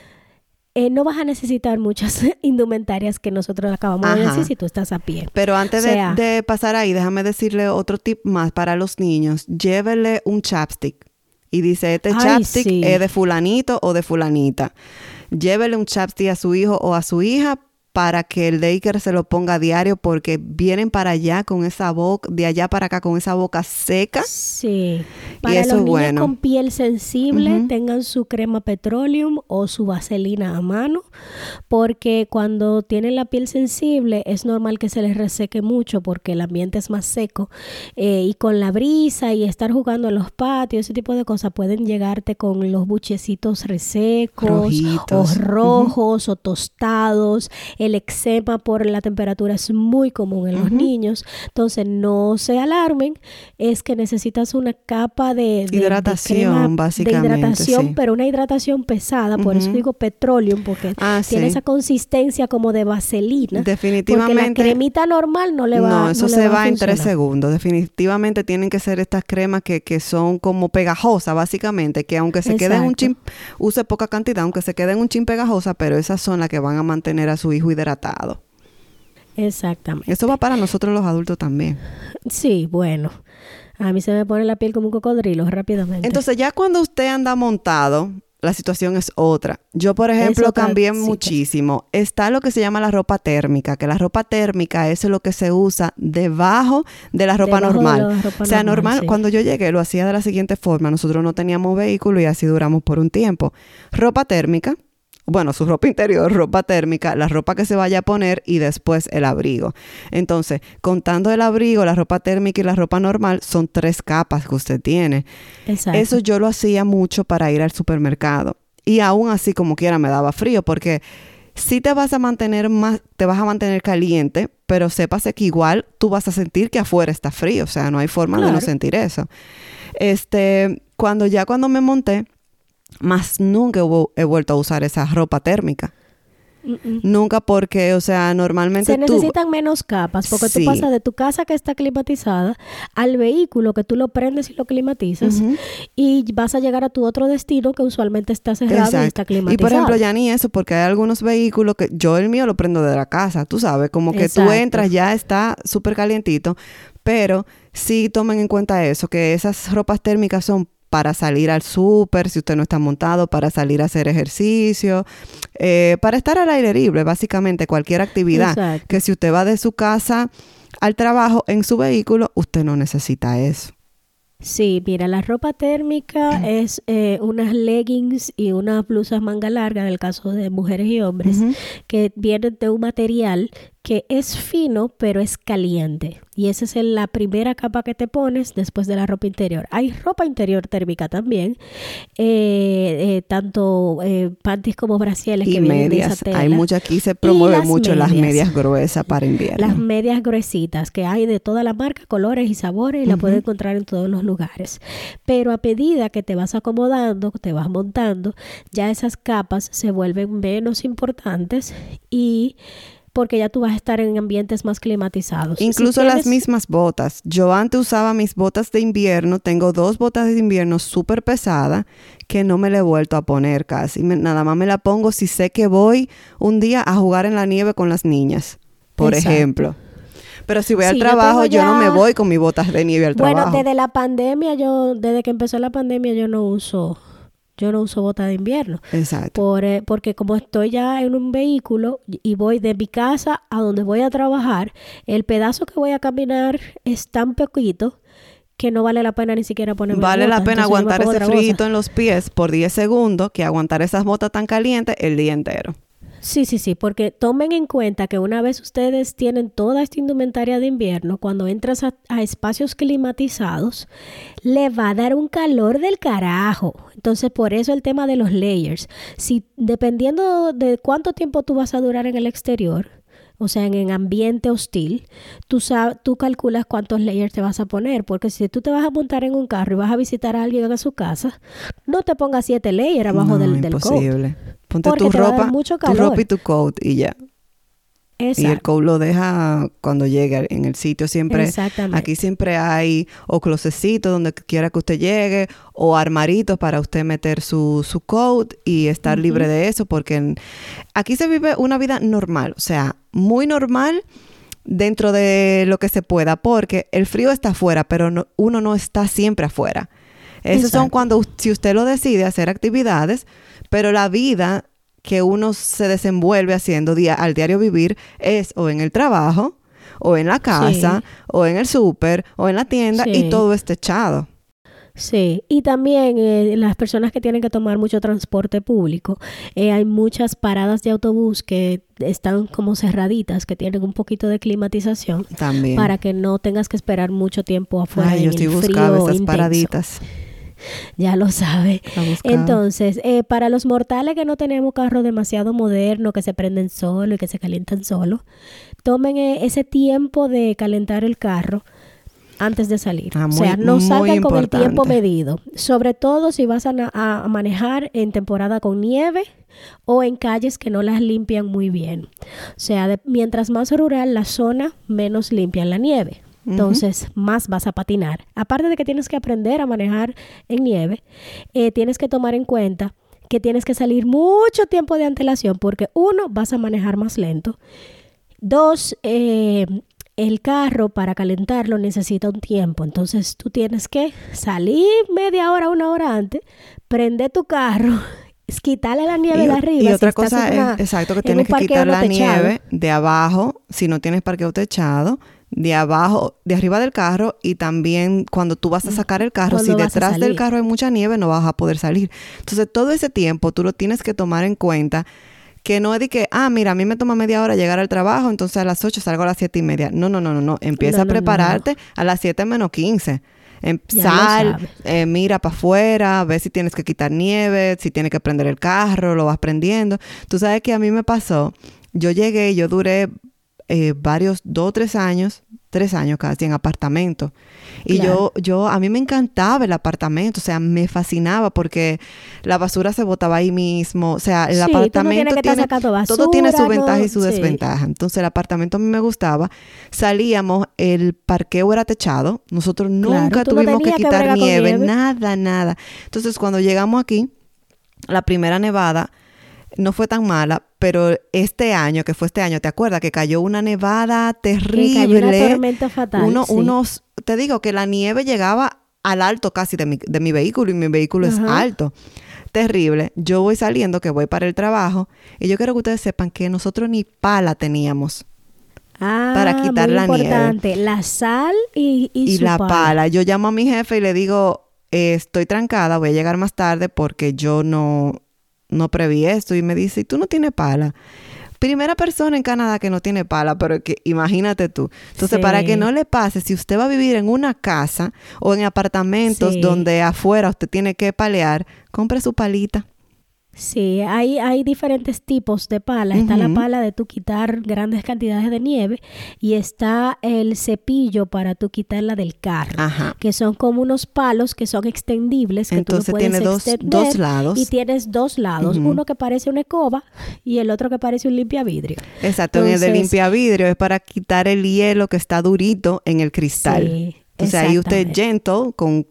no vas a necesitar muchas indumentarias que nosotros acabamos de decir si tú estás a pie. Pero antes de pasar ahí, déjame decirle otro tip más para los niños. Llévele un chapstick. Y dice, este chapstick es de fulanito o de fulanita. Llévele un chapstick a su hijo o a su hija para que el daycare se lo ponga a diario, porque vienen para allá con esa boca, de allá para acá con esa boca seca. Sí. Para los niños con piel sensible, tengan su crema petroleum o su vaselina a mano, porque cuando tienen la piel sensible es normal que se les reseque mucho porque el ambiente es más seco, y con la brisa y estar jugando en los patios, ese tipo de cosas, pueden llegarte con los buchecitos resecos, rojitos, o rojos o tostados. El eczema por la temperatura es muy común en los niños. Entonces, no se alarmen. Es que necesitas una capa de hidratación, crema, básicamente. De hidratación, pero una hidratación pesada. Por eso digo petroleum, porque tiene esa consistencia como de vaselina. Definitivamente. Porque la cremita normal no le va a funcionar. No, eso se va en 3 segundos. Definitivamente tienen que ser estas cremas que son como pegajosas, básicamente. Que aunque se queden un chin, use poca cantidad, aunque se queden un chin pegajosa, pero esas son las que van a mantener a su hijo hidratado. Exactamente. Eso va para nosotros los adultos también. Sí, bueno. A mí se me pone la piel como un cocodrilo rápidamente. Entonces, ya cuando usted anda montado, la situación es otra. Yo, por ejemplo, cambié muchísimo. Está lo que se llama la ropa térmica, que la ropa térmica es lo que se usa debajo de la ropa normal. O sea, normal, cuando yo llegué lo hacía de la siguiente forma. Nosotros no teníamos vehículo y así duramos por un tiempo. Ropa térmica. Bueno, su ropa interior, ropa térmica, la ropa que se vaya a poner y después el abrigo. Entonces, contando el abrigo, la ropa térmica y la ropa normal, son 3 capas que usted tiene. Exacto. Eso yo lo hacía mucho para ir al supermercado. Y aún así, como quiera, me daba frío porque sí te vas a mantener caliente, pero sépase que igual tú vas a sentir que afuera está frío. O sea, no hay forma de no sentir eso. Cuando me monté, más nunca he vuelto a usar esa ropa térmica. Nunca, porque, o sea, normalmente se necesitan menos capas, porque tú pasas de tu casa que está climatizada al vehículo que tú lo prendes y lo climatizas, y vas a llegar a tu otro destino que usualmente está cerrado y está climatizado. Y por ejemplo, ya ni eso, porque hay algunos vehículos que yo el mío lo prendo de la casa, tú sabes, como que tú entras, ya está súper calientito, pero sí tomen en cuenta eso, que esas ropas térmicas son para salir al súper, si usted no está montado, para salir a hacer ejercicio, para estar al aire libre, básicamente cualquier actividad. Que si usted va de su casa al trabajo en su vehículo, usted no necesita eso. Sí, mira, la ropa térmica es unas leggings y unas blusas manga larga, en el caso de mujeres y hombres, que vienen de un material que es fino, pero es caliente. Y esa es la primera capa que te pones después de la ropa interior. Hay ropa interior térmica también, tanto panties como brasieres y que vienen de esa tela. Hay muchas, aquí se promueve mucho las medias gruesas para invierno. Las medias gruesitas, que hay de toda la marca, colores y sabores, y la puedes encontrar en todos los lugares. Pero a medida que te vas acomodando, te vas montando, ya esas capas se vuelven menos importantes, y porque ya tú vas a estar en ambientes más climatizados. Incluso las mismas botas. Yo antes usaba mis botas de invierno. Tengo 2 botas de invierno súper pesadas que no me la he vuelto a poner casi. Nada más me la pongo si sé que voy un día a jugar en la nieve con las niñas, por ejemplo. Pero si voy al trabajo, yo no me voy con mis botas de nieve al trabajo. Bueno, desde la pandemia, desde que empezó la pandemia, yo no uso botas de invierno. Exacto. Porque como estoy ya en un vehículo y voy de mi casa a donde voy a trabajar, el pedazo que voy a caminar es tan poquito que no vale la pena ni siquiera ponerme botas. Vale la pena aguantar ese frío en los pies por 10 segundos que aguantar esas botas tan calientes el día entero. Sí, porque tomen en cuenta que una vez ustedes tienen toda esta indumentaria de invierno, cuando entras a espacios climatizados, le va a dar un calor del carajo. Entonces, por eso el tema de los layers. Si dependiendo de cuánto tiempo tú vas a durar en el exterior, o sea, en ambiente hostil, tú calculas cuántos layers te vas a poner, porque si tú te vas a montar en un carro y vas a visitar a alguien a su casa, no te pongas 7 layers abajo del coat. Imposible. Ponte tu ropa y tu coat y ya. Y el coach lo deja cuando llegue en el sitio. Siempre, aquí siempre hay o closecitos donde quiera que usted llegue, o armaritos para usted meter su coat y estar libre de eso, porque aquí se vive una vida normal, o sea, muy normal dentro de lo que se pueda, porque el frío está afuera, pero uno no está siempre afuera. Esos son cuando, si usted lo decide, hacer actividades, pero la vida que uno se desenvuelve haciendo al diario vivir es o en el trabajo, o en la casa, o en el súper, o en la tienda, y todo es techado. Sí, y también las personas que tienen que tomar mucho transporte público, hay muchas paradas de autobús que están como cerraditas, que tienen un poquito de climatización, también, para que no tengas que esperar mucho tiempo afuera en el frío intenso. Yo sí buscaba esas paraditas. Ya lo sabe. Entonces, para los mortales que no tenemos carro demasiado moderno, que se prenden solo y que se calientan solo, tomen ese tiempo de calentar el carro antes de salir. O sea, no salgan con el tiempo medido. Sobre todo si vas a manejar en temporada con nieve o en calles que no las limpian muy bien. O sea, mientras más rural la zona, menos limpian la nieve. Entonces, más vas a patinar. Aparte de que tienes que aprender a manejar en nieve, tienes que tomar en cuenta que tienes que salir mucho tiempo de antelación porque 1, vas a manejar más lento. 2, el carro para calentarlo necesita un tiempo. Entonces, tú tienes que salir media hora, 1 hora antes, prender tu carro, quitarle la nieve de arriba. Y otra cosa es, exacto, que tienes que quitar la nieve de abajo, si no tienes parqueo techado, de abajo, de arriba del carro, y también cuando tú vas a sacar el carro, si detrás del carro hay mucha nieve, no vas a poder salir. Entonces, todo ese tiempo tú lo tienes que tomar en cuenta, que no es de que, mira, a mí me toma media hora llegar al trabajo, entonces a las 8 salgo a las 7:30. No. Empieza a prepararte a las 7 menos 15. Sal, mira para afuera, ve si tienes que quitar nieve, si tienes que prender el carro, lo vas prendiendo. Tú sabes que a mí me pasó, yo duré varios, 2 o 3 años, 3 años casi en apartamento. Y yo a mí me encantaba el apartamento, o sea, me fascinaba porque la basura se botaba ahí mismo. O sea, el apartamento todo tiene su ventaja y su desventaja. Entonces, el apartamento a mí me gustaba. Salíamos, el parqueo era techado. Nosotros nunca tuvimos que quitar nieve, nada. Entonces, cuando llegamos aquí, la primera nevada no fue tan mala, pero este año, ¿te acuerdas? Que cayó una nevada terrible. Que cayó una tormenta fatal. Te digo que la nieve llegaba al alto casi de mi vehículo, y mi vehículo es alto. Terrible. Yo voy saliendo, que voy para el trabajo, y yo quiero que ustedes sepan que nosotros ni pala teníamos para quitar la nieve. La sal y su la pala. Yo llamo a mi jefe y le digo, estoy trancada, voy a llegar más tarde porque yo no preví esto. Y me dice, ¿y tú no tienes pala? Primera persona en Canadá que no tiene pala, pero que imagínate tú. Entonces, para que no le pase, si usted va a vivir en una casa o en apartamentos donde afuera usted tiene que palear, compre su palita. Sí, hay diferentes tipos de pala. Está la pala de tú quitar grandes cantidades de nieve y está el cepillo para tú quitarla del carro, que son como unos palos que son extendibles, que entonces tú lo puedes extender. Tiene dos lados. Y tienes 2 lados, uno que parece una escoba y el otro que parece un limpiavidrio. Exacto, entonces, en el de limpiavidrio es para quitar el hielo que está durito en el cristal. Sí. O sea, ahí usted gentle, con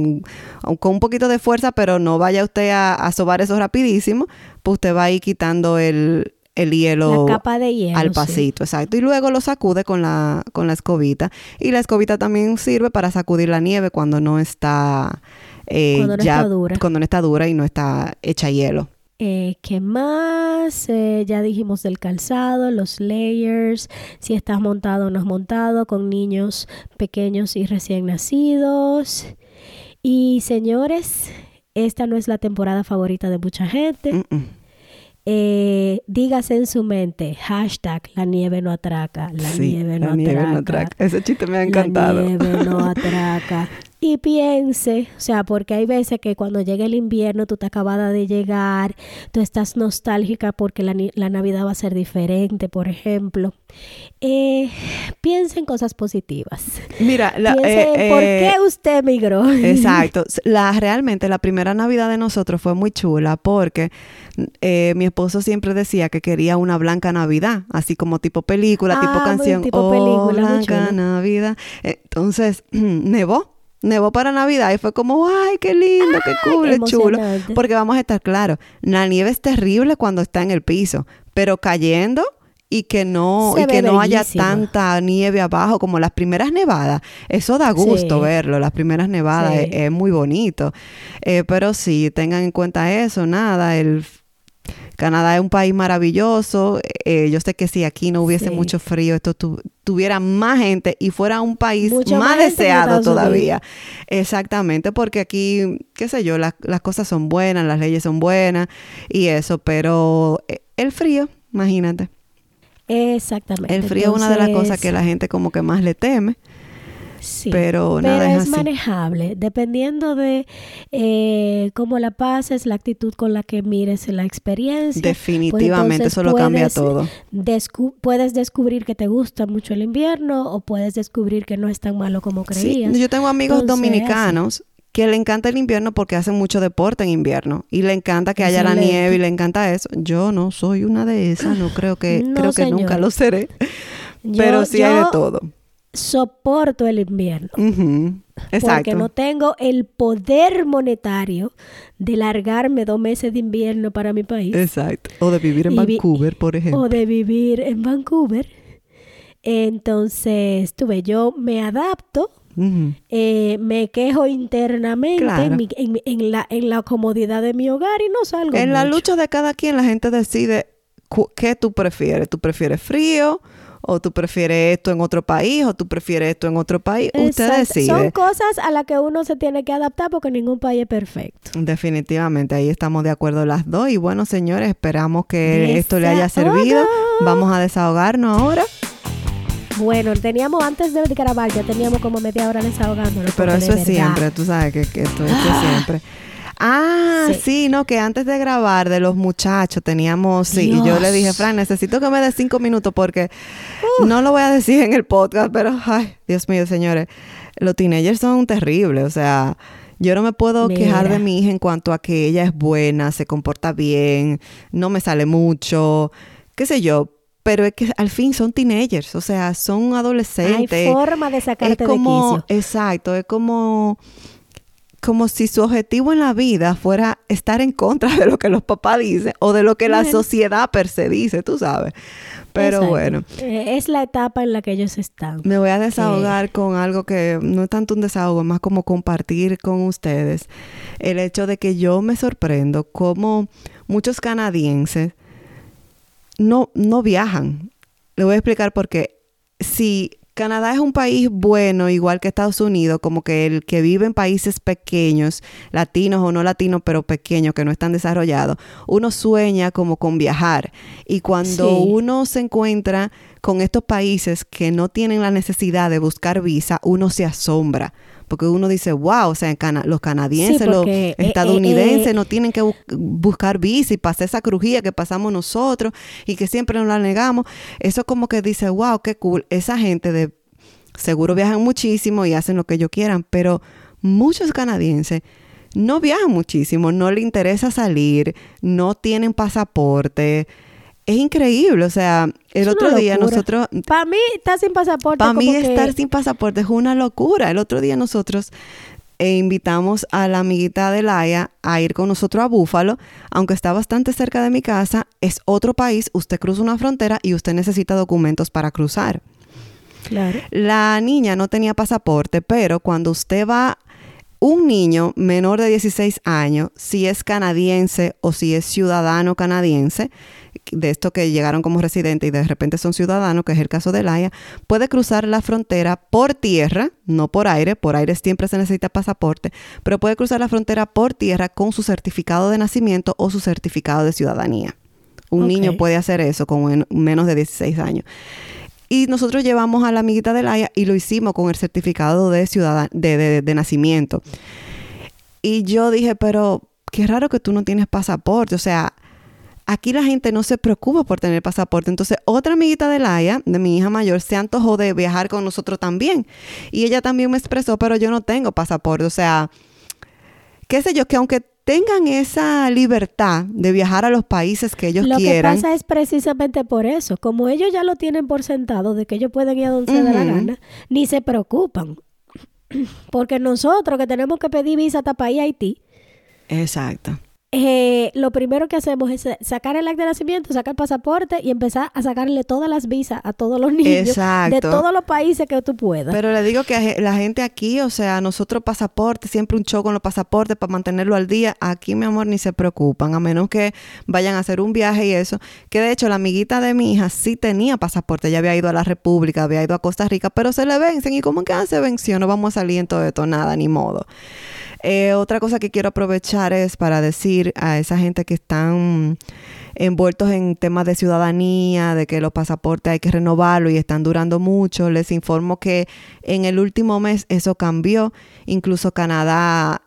un poquito de fuerza, pero no vaya usted a sobar eso rapidísimo, pues usted va a ir quitando el hielo, la capa de hielo al pasito, exacto. Y luego lo sacude con la escobita. Y la escobita también sirve para sacudir la nieve cuando no está cuando no está dura y no está hecha hielo. ¿Qué más? Ya dijimos del calzado, los layers, si estás montado o no has montado, con niños pequeños y recién nacidos. Y señores, esta no es la temporada favorita de mucha gente. Dígase en su mente, #la nieve no atraca, la nieve no atraca. Ese chiste me ha encantado. La nieve no atraca. Y piense, o sea, porque hay veces que cuando llega el invierno, tú te acabas de llegar, tú estás nostálgica porque la Navidad va a ser diferente, por ejemplo. Piense en cosas positivas. Mira, piense en por qué usted emigró. Exacto. Realmente la primera Navidad de nosotros fue muy chula porque mi esposo siempre decía que quería una blanca Navidad, así como tipo película, tipo canción. Tipo película, blanca Navidad. Entonces, nevó para Navidad y fue como, ay, qué lindo, qué cool, es chulo. Porque vamos a estar claros, la nieve es terrible cuando está en el piso, pero cayendo y que no haya tanta nieve abajo como las primeras nevadas. Eso da gusto verlo, las primeras nevadas es muy bonito. Pero sí, tengan en cuenta eso, nada, Canadá es un país maravilloso. Yo sé que si aquí no hubiese mucho frío, esto tuviera más gente y fuera un país más deseado todavía. Exactamente, porque aquí, qué sé yo, las cosas son buenas, las leyes son buenas y eso, pero el frío, imagínate. Exactamente. El frío es una de las cosas que la gente como que más le teme. Sí, pero nada es así. Manejable, dependiendo de cómo la pases, la actitud con la que mires la experiencia. Definitivamente, pues eso lo cambia todo. Puedes descubrir que te gusta mucho el invierno o puedes descubrir que no es tan malo como creías. Sí, yo tengo amigos dominicanos que le encanta el invierno porque hacen mucho deporte en invierno y le encanta que haya la nieve y le encanta eso. Yo no soy una de esas, creo que nunca lo seré, pero sí hay de todo. Soporto el invierno. Exacto. Porque no tengo el poder monetario de largarme 2 meses de invierno para mi país. Exacto. O de vivir en Vancouver, por ejemplo. O de vivir en Vancouver. Entonces, yo me adapto, me quejo internamente en la comodidad de mi hogar y no salgo En mucho. la lucha de cada quien, la gente decide qué tú prefieres. ¿Tú prefieres frío? ¿O tú prefieres esto en otro país? ¿O tú prefieres esto en otro país? Usted decide. Son cosas a las que uno se tiene que adaptar porque ningún país es perfecto. Definitivamente. Ahí estamos de acuerdo las dos. Y bueno, señores, esperamos que esto le haya servido. Vamos a desahogarnos ahora. Bueno, antes de grabar, ya teníamos como media hora desahogándonos. Pero eso es siempre. Tú sabes que esto es siempre. Sí, que antes de grabar de los muchachos teníamos, y yo le dije, Fran, necesito que me des 5 minutos porque no lo voy a decir en el podcast, pero, ay, Dios mío, señores, los teenagers son terribles, o sea, yo no me puedo quejar de mi hija en cuanto a que ella es buena, se comporta bien, no me sale mucho, qué sé yo, pero es que al fin son teenagers, o sea, son adolescentes. Hay forma de sacarte de quicio. Exacto, es como si su objetivo en la vida fuera estar en contra de lo que los papás dicen o de lo que la sociedad per se dice, tú sabes. Pero bueno. Es la etapa en la que ellos están. Me voy a desahogar con algo que no es tanto un desahogo, es más como compartir con ustedes el hecho de que yo me sorprendo cómo muchos canadienses no viajan. Le voy a explicar por qué. Si Canadá es un país bueno, igual que Estados Unidos, como que el que vive en países pequeños, latinos o no latinos, pero pequeños, que no están desarrollados, uno sueña como con viajar. Y cuando uno se encuentra con estos países que no tienen la necesidad de buscar visa, uno se asombra. Porque uno dice, wow, o sea, los canadienses, los estadounidenses no tienen que buscar visa y pasar esa crujía que pasamos nosotros y que siempre nos la negamos. Eso como que dice, wow, qué cool. Esa gente seguro viajan muchísimo y hacen lo que ellos quieran, pero muchos canadienses no viajan muchísimo, no les interesa salir, no tienen pasaporte. Es increíble, o sea, el otro día nosotros... Para mí, estar sin pasaporte... Para mí, estar sin pasaporte es una locura. El otro día nosotros invitamos a la amiguita de Laia a ir con nosotros a Búfalo, aunque está bastante cerca de mi casa, es otro país, usted cruza una frontera y usted necesita documentos para cruzar. Claro. La niña no tenía pasaporte, pero cuando usted va... Un niño menor de 16 años, si es canadiense o si es ciudadano canadiense, de estos que llegaron como residentes y de repente son ciudadanos, que es el caso de Laia, puede cruzar la frontera por tierra, no por aire siempre se necesita pasaporte, pero puede cruzar la frontera por tierra con su certificado de nacimiento o su certificado de ciudadanía. Un niño puede hacer eso con menos de 16 años. Y nosotros llevamos a la amiguita de Laia y lo hicimos con el certificado de nacimiento. Y yo dije, pero qué raro que tú no tienes pasaporte. O sea, aquí la gente no se preocupa por tener pasaporte. Entonces, otra amiguita de Laia, de mi hija mayor, se antojó de viajar con nosotros también. Y ella también me expresó, pero yo no tengo pasaporte. O sea, qué sé yo, que aunque tengan esa libertad de viajar a los países que ellos quieran. Lo que pasa es precisamente por eso. Como ellos ya lo tienen por sentado de que ellos pueden ir a donde se dé la gana, ni se preocupan. Porque nosotros que tenemos que pedir visa hasta para ir a Haití. Exacto. Lo primero que hacemos es sacar el acta de nacimiento, sacar el pasaporte y empezar a sacarle todas las visas a todos los niños. Exacto. De todos los países que tú puedas. Pero le digo que la gente aquí, o sea, nosotros pasaporte, siempre un show con los pasaportes para mantenerlo al día. Aquí, mi amor, ni se preocupan, a menos que vayan a hacer un viaje y eso. Que de hecho, la amiguita de mi hija sí tenía pasaporte. Ella había ido a la República, había ido a Costa Rica, pero se le vencen. ¿Y cómo que se venció? No vamos a salir en todo esto, nada, ni modo. Otra cosa que quiero aprovechar es para decir a esa gente que están envueltos en temas de ciudadanía, de que los pasaportes hay que renovarlos y están durando mucho. Les informo que en el último mes eso cambió. Incluso Canadá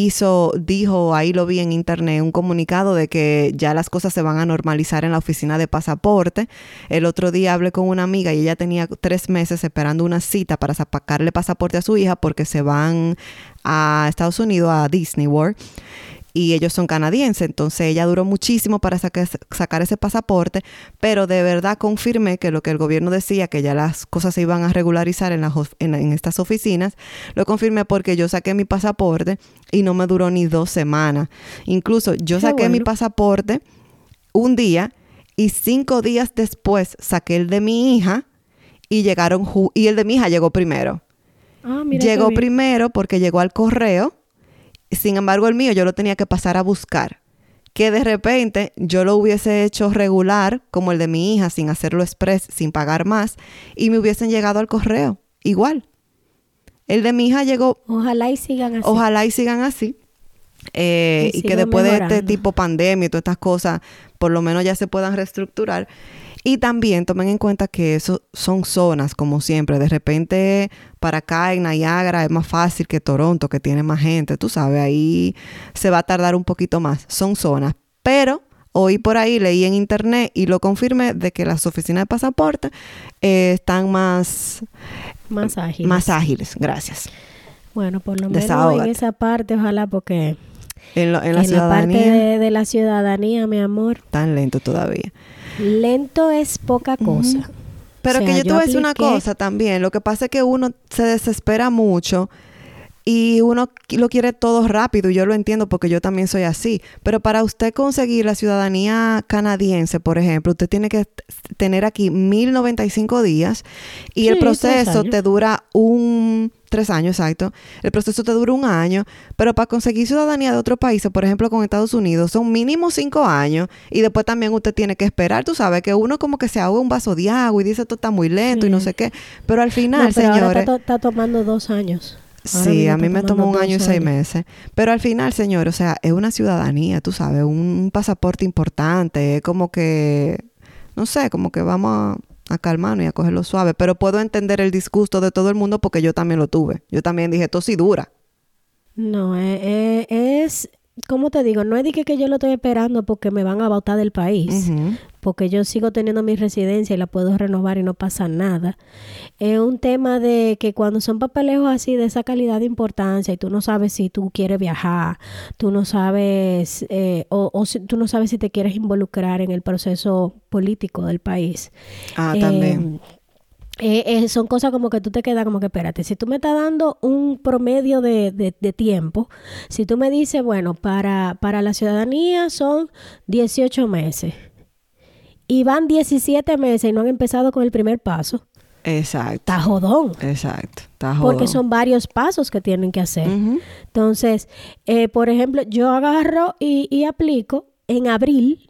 dijo, ahí lo vi en internet, un comunicado de que ya las cosas se van a normalizar en la oficina de pasaporte. El otro día hablé con una amiga y ella tenía 3 meses esperando una cita para sacarle pasaporte a su hija porque se van a Estados Unidos, a Disney World. Y ellos son canadienses, entonces ella duró muchísimo para sacar ese pasaporte, pero de verdad confirmé que lo que el gobierno decía, que ya las cosas se iban a regularizar en estas oficinas, lo confirmé porque yo saqué mi pasaporte y no me duró ni 2 semanas. Incluso yo saqué mi pasaporte un día y 5 días después saqué el de mi hija y y el de mi hija llegó primero. Llegó primero porque llegó al correo. Sin embargo, el mío yo lo tenía que pasar a buscar. Que de repente yo lo hubiese hecho regular, como el de mi hija, sin hacerlo express, sin pagar más, y me hubiesen llegado al correo. Igual. El de mi hija llegó... Ojalá y sigan así. Ojalá y sigan así. Y que después mejorando. De este tipo pandemia y todas estas cosas, por lo menos ya se puedan reestructurar. Y también tomen en cuenta que eso son zonas, como siempre. De repente, para acá en Niagara es más fácil que Toronto, que tiene más gente. Tú sabes, ahí se va a tardar un poquito más. Son zonas. Pero hoy por ahí leí en internet y lo confirmé de que las oficinas de pasaporte están más ágiles. Más ágiles, gracias. Bueno, por lo menos en esa parte, ojalá, porque... En la ciudadanía. La parte de la ciudadanía, mi amor. Tan lento todavía. Lento es poca cosa. Pero que yo te voy a decir una cosa también. Lo que pasa es que uno se desespera mucho y uno lo quiere todo rápido. Y yo lo entiendo porque yo también soy así. Pero para usted conseguir la ciudadanía canadiense, por ejemplo, usted tiene que tener aquí 1,095 días y el proceso te dura 3 años, exacto. El proceso te dura 1 año, pero para conseguir ciudadanía de otros países, por ejemplo con Estados Unidos, son mínimo 5 años y después también usted tiene que esperar. Tú sabes que uno como que se ahoga un vaso de agua y dice esto está muy lento y no sé qué, pero al final, señores... Ahora está tomando 2 años. Sí, a mí me tomó 1 año y 6 meses. Pero al final, señor, o sea, es una ciudadanía, tú sabes, un pasaporte importante. Es como que, no sé, como que vamos a calmarnos y a cogerlo suave. Pero puedo entender el disgusto de todo el mundo porque yo también lo tuve. Yo también dije, esto sí dura. No, es... ¿Cómo te digo? No es de que yo lo estoy esperando porque me van a botar del país. Porque yo sigo teniendo mi residencia y la puedo renovar y no pasa nada. Es un tema de que cuando son papelejos así de esa calidad de importancia y tú no sabes si tú quieres viajar, tú no sabes tú no sabes si te quieres involucrar en el proceso político del país. También. Son cosas como que tú te quedas como que espérate, si tú me estás dando un promedio de tiempo, si tú me dices, bueno, para la ciudadanía son 18 meses y van 17 meses y no han empezado con el primer paso. Exacto. Está jodón. Exacto. Está jodón. Porque son varios pasos que tienen que hacer. Entonces, por ejemplo, yo agarro y aplico en abril.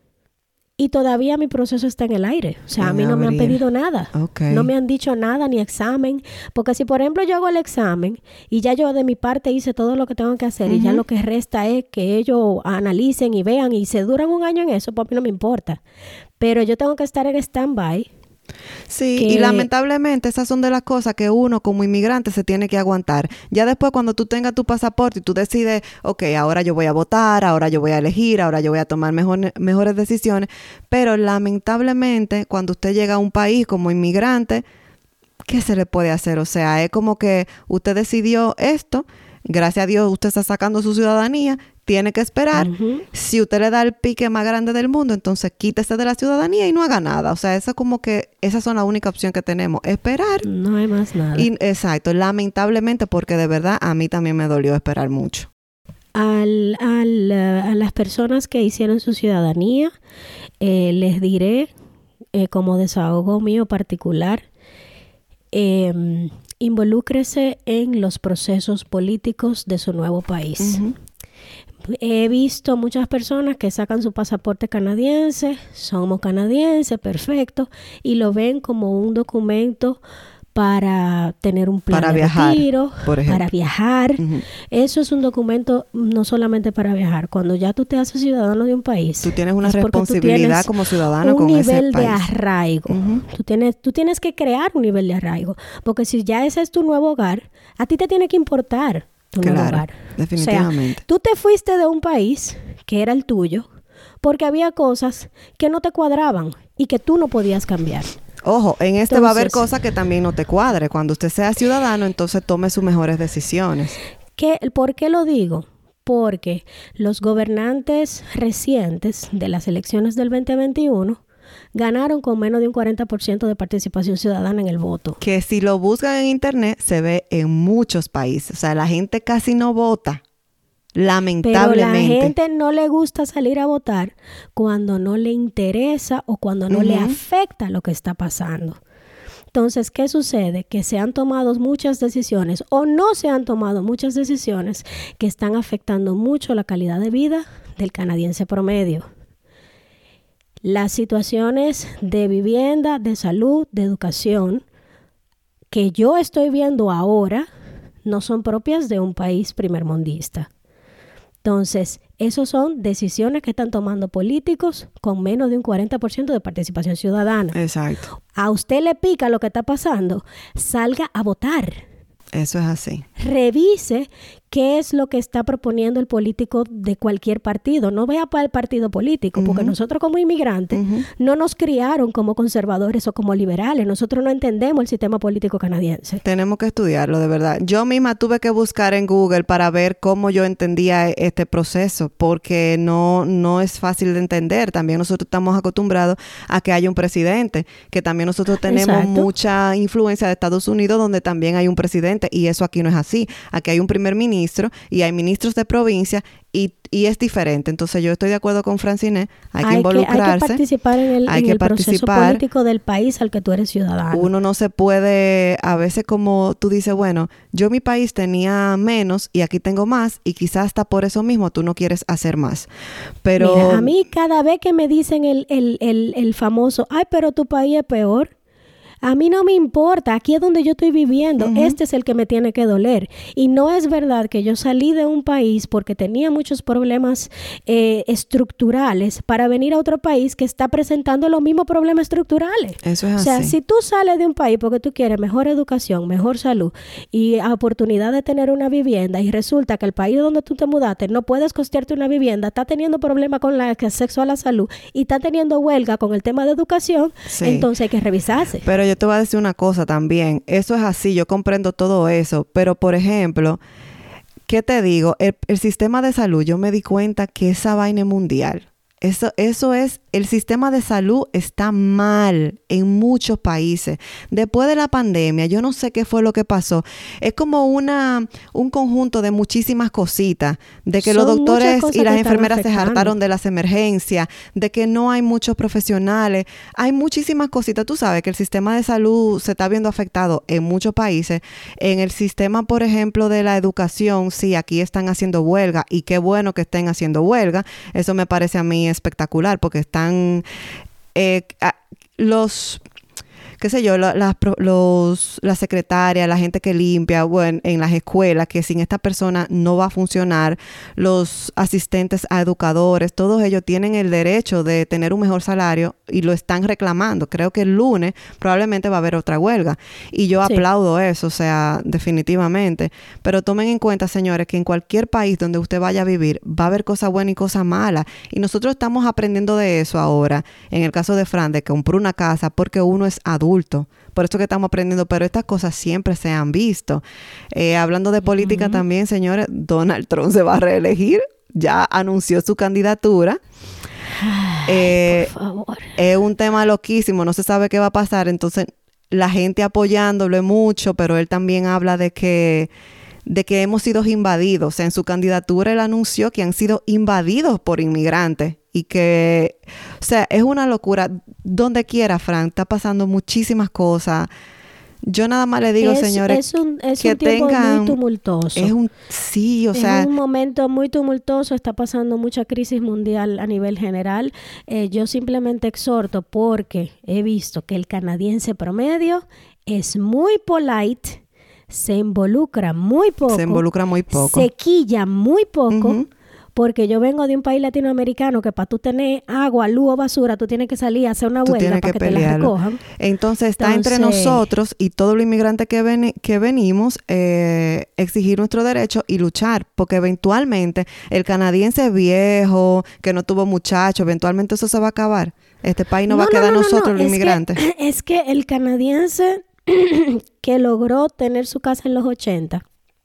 Y todavía mi proceso está en el aire. O sea, a mí no me han pedido nada. Okay. No me han dicho nada, ni examen. Porque si, por ejemplo, yo hago el examen y ya yo de mi parte hice todo lo que tengo que hacer y ya lo que resta es que ellos analicen y vean y se duran 1 año en eso, pues a mí no me importa. Pero yo tengo que estar en stand-by Sí, y lamentablemente esas son de las cosas que uno como inmigrante se tiene que aguantar. Ya después cuando tú tengas tu pasaporte y tú decides, ok, ahora yo voy a votar, ahora yo voy a elegir, ahora yo voy a tomar mejores decisiones, pero lamentablemente cuando usted llega a un país como inmigrante, ¿qué se le puede hacer? O sea, es como que usted decidió esto, gracias a Dios usted está sacando su ciudadanía, tiene que esperar. Si usted le da el pique más grande del mundo, entonces quítese de la ciudadanía y no haga nada. O sea, eso como que esas son la única opción que tenemos. Esperar. No hay más nada. Exacto. Lamentablemente, porque de verdad a mí también me dolió esperar mucho. A las personas que hicieron su ciudadanía, les diré, como desahogo mío particular, involúcrese en los procesos políticos de su nuevo país. He visto muchas personas que sacan su pasaporte canadiense, somos canadienses, perfecto, y lo ven como un documento para tener un plan de retiro, para viajar. Eso es un documento no solamente para viajar. Cuando ya tú te haces ciudadano de un país, tú tienes una responsabilidad como ciudadano con ese país. Un nivel de arraigo. Tú tienes que crear un nivel de arraigo, porque si ya ese es tu nuevo hogar, a ti te tiene que importar tu nuevo hogar. Definitivamente. O sea, tú te fuiste de un país que era el tuyo porque había cosas que no te cuadraban y que tú no podías cambiar. Ojo, entonces, va a haber cosas que también no te cuadre. Cuando usted sea ciudadano, entonces tome sus mejores decisiones. ¿Por qué lo digo? Porque los gobernantes recientes de las elecciones del 2021 ganaron con menos de un 40% de participación ciudadana en el voto. Que si lo buscan en internet, se ve en muchos países. O sea, la gente casi no vota. Lamentablemente. Pero la gente no le gusta salir a votar cuando no le interesa o cuando no le afecta lo que está pasando. Entonces, ¿qué sucede? Que se han tomado muchas decisiones o no se han tomado muchas decisiones que están afectando mucho la calidad de vida del canadiense promedio. Las situaciones de vivienda, de salud, de educación que yo estoy viendo ahora no son propias de un país primermundista. Entonces, esas son decisiones que están tomando políticos con menos de un 40% de participación ciudadana. Exacto. A usted le pica lo que está pasando, salga a votar. Eso es así. Revise qué es lo que está proponiendo el político de cualquier partido. No vaya para el partido político, porque nosotros como inmigrantes no nos criaron como conservadores o como liberales. Nosotros no entendemos el sistema político canadiense. Tenemos que estudiarlo, de verdad. Yo misma tuve que buscar en Google para ver cómo yo entendía este proceso, porque no es fácil de entender. También nosotros estamos acostumbrados a que haya un presidente, que también nosotros tenemos mucha influencia de Estados Unidos, donde también hay un presidente, y eso aquí no es así. Aquí hay un primer ministro y hay ministros de provincia y es diferente. Entonces yo estoy de acuerdo con Francine, hay que involucrarse. Hay que participar en el proceso político del país al que tú eres ciudadano. Uno no se puede, a veces como tú dices, bueno, yo en mi país tenía menos y aquí tengo más y quizás hasta por eso mismo tú no quieres hacer más. Pero mira, a mí cada vez que me dicen el famoso, ay, pero tu país es peor. A mí no me importa, aquí es donde yo estoy viviendo, este es el que me tiene que doler. Y no es verdad que yo salí de un país porque tenía muchos problemas estructurales para venir a otro país que está presentando los mismos problemas estructurales. Eso es así. O sea, si tú sales de un país porque tú quieres mejor educación, mejor salud y oportunidad de tener una vivienda y resulta que el país donde tú te mudaste no puedes costearte una vivienda, está teniendo problemas con el acceso a la salud y está teniendo huelga con el tema de educación, entonces hay que revisarse. Pero yo te voy a decir una cosa también. Eso es así, yo comprendo todo eso. Pero, por ejemplo, ¿qué te digo? El sistema de salud, yo me di cuenta que esa vaina es mundial. Eso es, el sistema de salud está mal en muchos países. Después de la pandemia, yo no sé qué fue lo que pasó. Es como un conjunto de muchísimas cositas, de que los doctores y las enfermeras se hartaron de las emergencias, de que no hay muchos profesionales. Hay muchísimas cositas. Tú sabes que el sistema de salud se está viendo afectado en muchos países. En el sistema, por ejemplo, de la educación, sí, aquí están haciendo huelga y qué bueno que estén haciendo huelga. Eso me parece a mí espectacular porque están qué sé yo, la secretaria, la gente que limpia, bueno, en las escuelas, que sin esta persona no va a funcionar, los asistentes a educadores, todos ellos tienen el derecho de tener un mejor salario y lo están reclamando. Creo que el lunes probablemente va a haber otra huelga y yo aplaudo eso, o sea, definitivamente. Pero tomen en cuenta, señores, que en cualquier país donde usted vaya a vivir va a haber cosas buenas y cosas malas. Y nosotros estamos aprendiendo de eso ahora. En el caso de Fran, de que compró una casa porque uno es adulto. Por eso que estamos aprendiendo, pero estas cosas siempre se han visto. Hablando de política también, señores, Donald Trump se va a reelegir. Ya anunció su candidatura. Ay, por favor. Es un tema loquísimo, no se sabe qué va a pasar. Entonces, la gente apoyándolo mucho, pero él también habla de que hemos sido invadidos. O sea, en su candidatura él anunció que han sido invadidos por inmigrantes y que, o sea, es una locura. Donde quiera, Frank, está pasando muchísimas cosas. Yo nada más le digo, señores, es un tiempo muy tumultuoso. Es un momento muy tumultuoso, está pasando mucha crisis mundial a nivel general. Yo simplemente exhorto porque he visto que el canadiense promedio es muy polite, se involucra muy poco, se quilla muy poco, porque yo vengo de un país latinoamericano que para tú tener agua, luz o basura, tú tienes que salir a hacer una huelga para que te la recojan. Entonces está entre nosotros y todos los inmigrantes que venimos exigir nuestro derecho y luchar, porque eventualmente el canadiense viejo, que no tuvo muchachos, eventualmente eso se va a acabar. Este país no va a quedar nosotros los inmigrantes. Es que el canadiense que logró tener su casa en los 80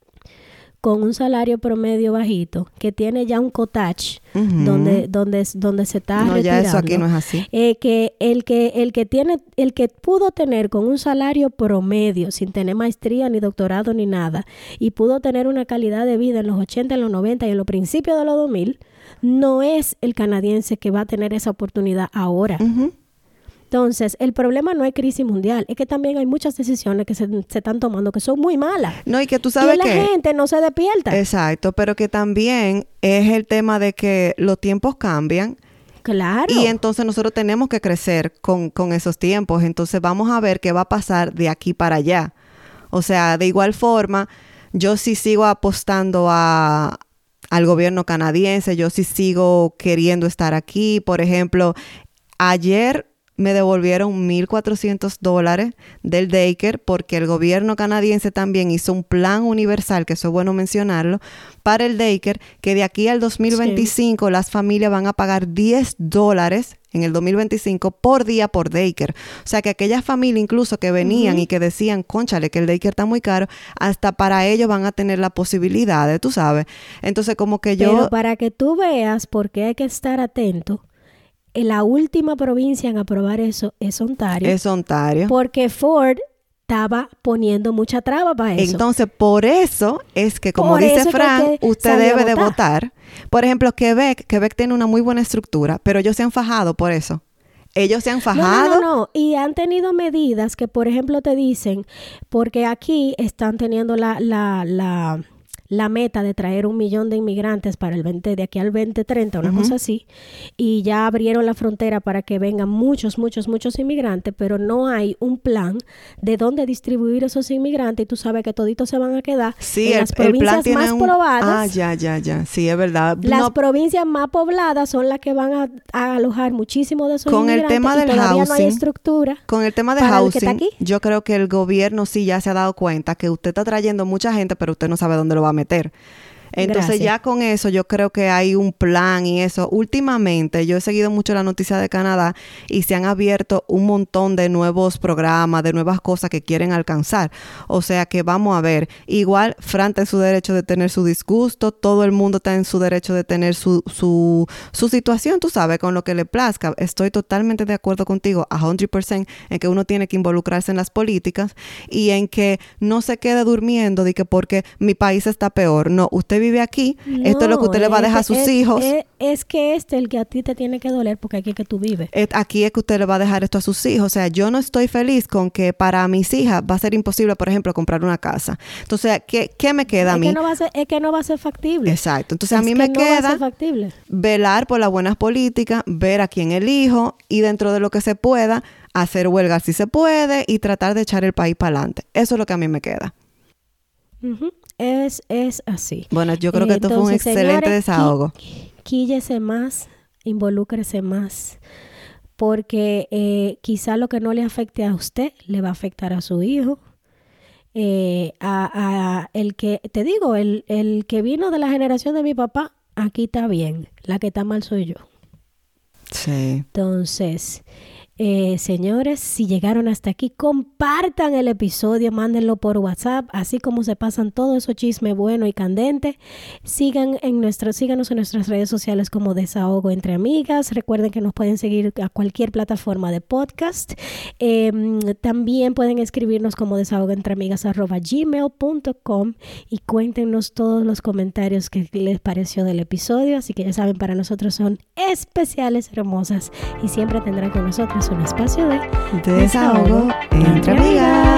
con un salario promedio bajito, que tiene ya un cottage donde se está retirando. Ya eso aquí no es así. Que el que pudo tener con un salario promedio, sin tener maestría ni doctorado ni nada, y pudo tener una calidad de vida en los 80, en los 90 y en los principios de los 2000, no es el canadiense que va a tener esa oportunidad ahora. Entonces, el problema no es crisis mundial, es que también hay muchas decisiones que se están tomando que son muy malas. No, y que tú sabes que la gente no se despierta. Exacto, pero que también es el tema de que los tiempos cambian. Claro. Y entonces nosotros tenemos que crecer con esos tiempos. Entonces vamos a ver qué va a pasar de aquí para allá. O sea, de igual forma, yo sí sigo apostando al gobierno canadiense. Yo sí sigo queriendo estar aquí. Por ejemplo, ayer me devolvieron $1,400 del daycare porque el gobierno canadiense también hizo un plan universal, que eso es bueno mencionarlo, para el daycare, que de aquí al 2025 las familias van a pagar $10 en el 2025 por día por daycare. O sea que aquellas familias incluso que venían y que decían, cónchale, que el daycare está muy caro, hasta para ellos van a tener la posibilidad de, tú sabes. Entonces como que Pero para que tú veas por qué hay que estar atento, la última provincia en aprobar eso es Ontario. Es Ontario. Porque Ford estaba poniendo mucha traba para eso. Entonces, por eso es que, como dice Fran, usted debe de votar. Por ejemplo, Quebec tiene una muy buena estructura, pero ellos se han fajado por eso. Ellos se han fajado. No. Y han tenido medidas que, por ejemplo, te dicen, porque aquí están teniendo la meta de traer 1 millón de inmigrantes para de aquí al 2030, una cosa así, y ya abrieron la frontera para que vengan muchos inmigrantes, pero no hay un plan de dónde distribuir esos inmigrantes, y tú sabes que toditos se van a quedar en las provincias más pobladas. Ya. Sí, es verdad. Las provincias más pobladas son las que van a alojar muchísimos de esos inmigrantes. Con el tema del todavía housing, no hay estructura. Con el tema de housing, yo creo que el gobierno sí ya se ha dado cuenta que usted está trayendo mucha gente, pero usted no sabe dónde lo va a meter. Entonces ya con eso yo creo que hay un plan y eso. Últimamente yo he seguido mucho la noticia de Canadá y se han abierto un montón de nuevos programas, de nuevas cosas que quieren alcanzar. O sea que vamos a ver. Igual Fran está en su derecho de tener su disgusto, todo el mundo está en su derecho de tener su situación, tú sabes, con lo que le plazca. Estoy totalmente de acuerdo contigo, 100%, en que uno tiene que involucrarse en las políticas y en que no se quede durmiendo de que porque mi país está peor. No, usted vive aquí, esto es lo que usted le va a dejar a sus hijos. Es que el que a ti te tiene que doler porque aquí es que tú vives. Aquí es que usted le va a dejar esto a sus hijos. O sea, yo no estoy feliz con que para mis hijas va a ser imposible, por ejemplo, comprar una casa. Entonces, ¿qué me queda a mí? Es que no va a ser factible. Exacto. Entonces, a mí me queda velar por las buenas políticas, ver a quién elijo y dentro de lo que se pueda, hacer huelga si se puede y tratar de echar el país para adelante. Eso es lo que a mí me queda. Uh-huh. Es así. Bueno, yo creo que esto fue un excelente señores, desahogo. Quíllese más, involúcrese más, porque quizá lo que no le afecte a usted le va a afectar a su hijo. El que, te digo, el que vino de la generación de mi papá, aquí está bien. La que está mal soy yo. Sí. Entonces, señores, si llegaron hasta aquí, compartan el episodio, mándenlo por WhatsApp, así como se pasan todo esos chismes bueno y candente. Síganos en nuestras redes sociales como Desahogo Entre Amigas. Recuerden que nos pueden seguir a cualquier plataforma de podcast. También pueden escribirnos como desahogoentreamigas@gmail.com y cuéntenos todos los comentarios que les pareció del episodio. Así que ya saben, para nosotros son especiales, hermosas, y siempre tendrán con nosotros un espacio de Desahogo Entre Amigas.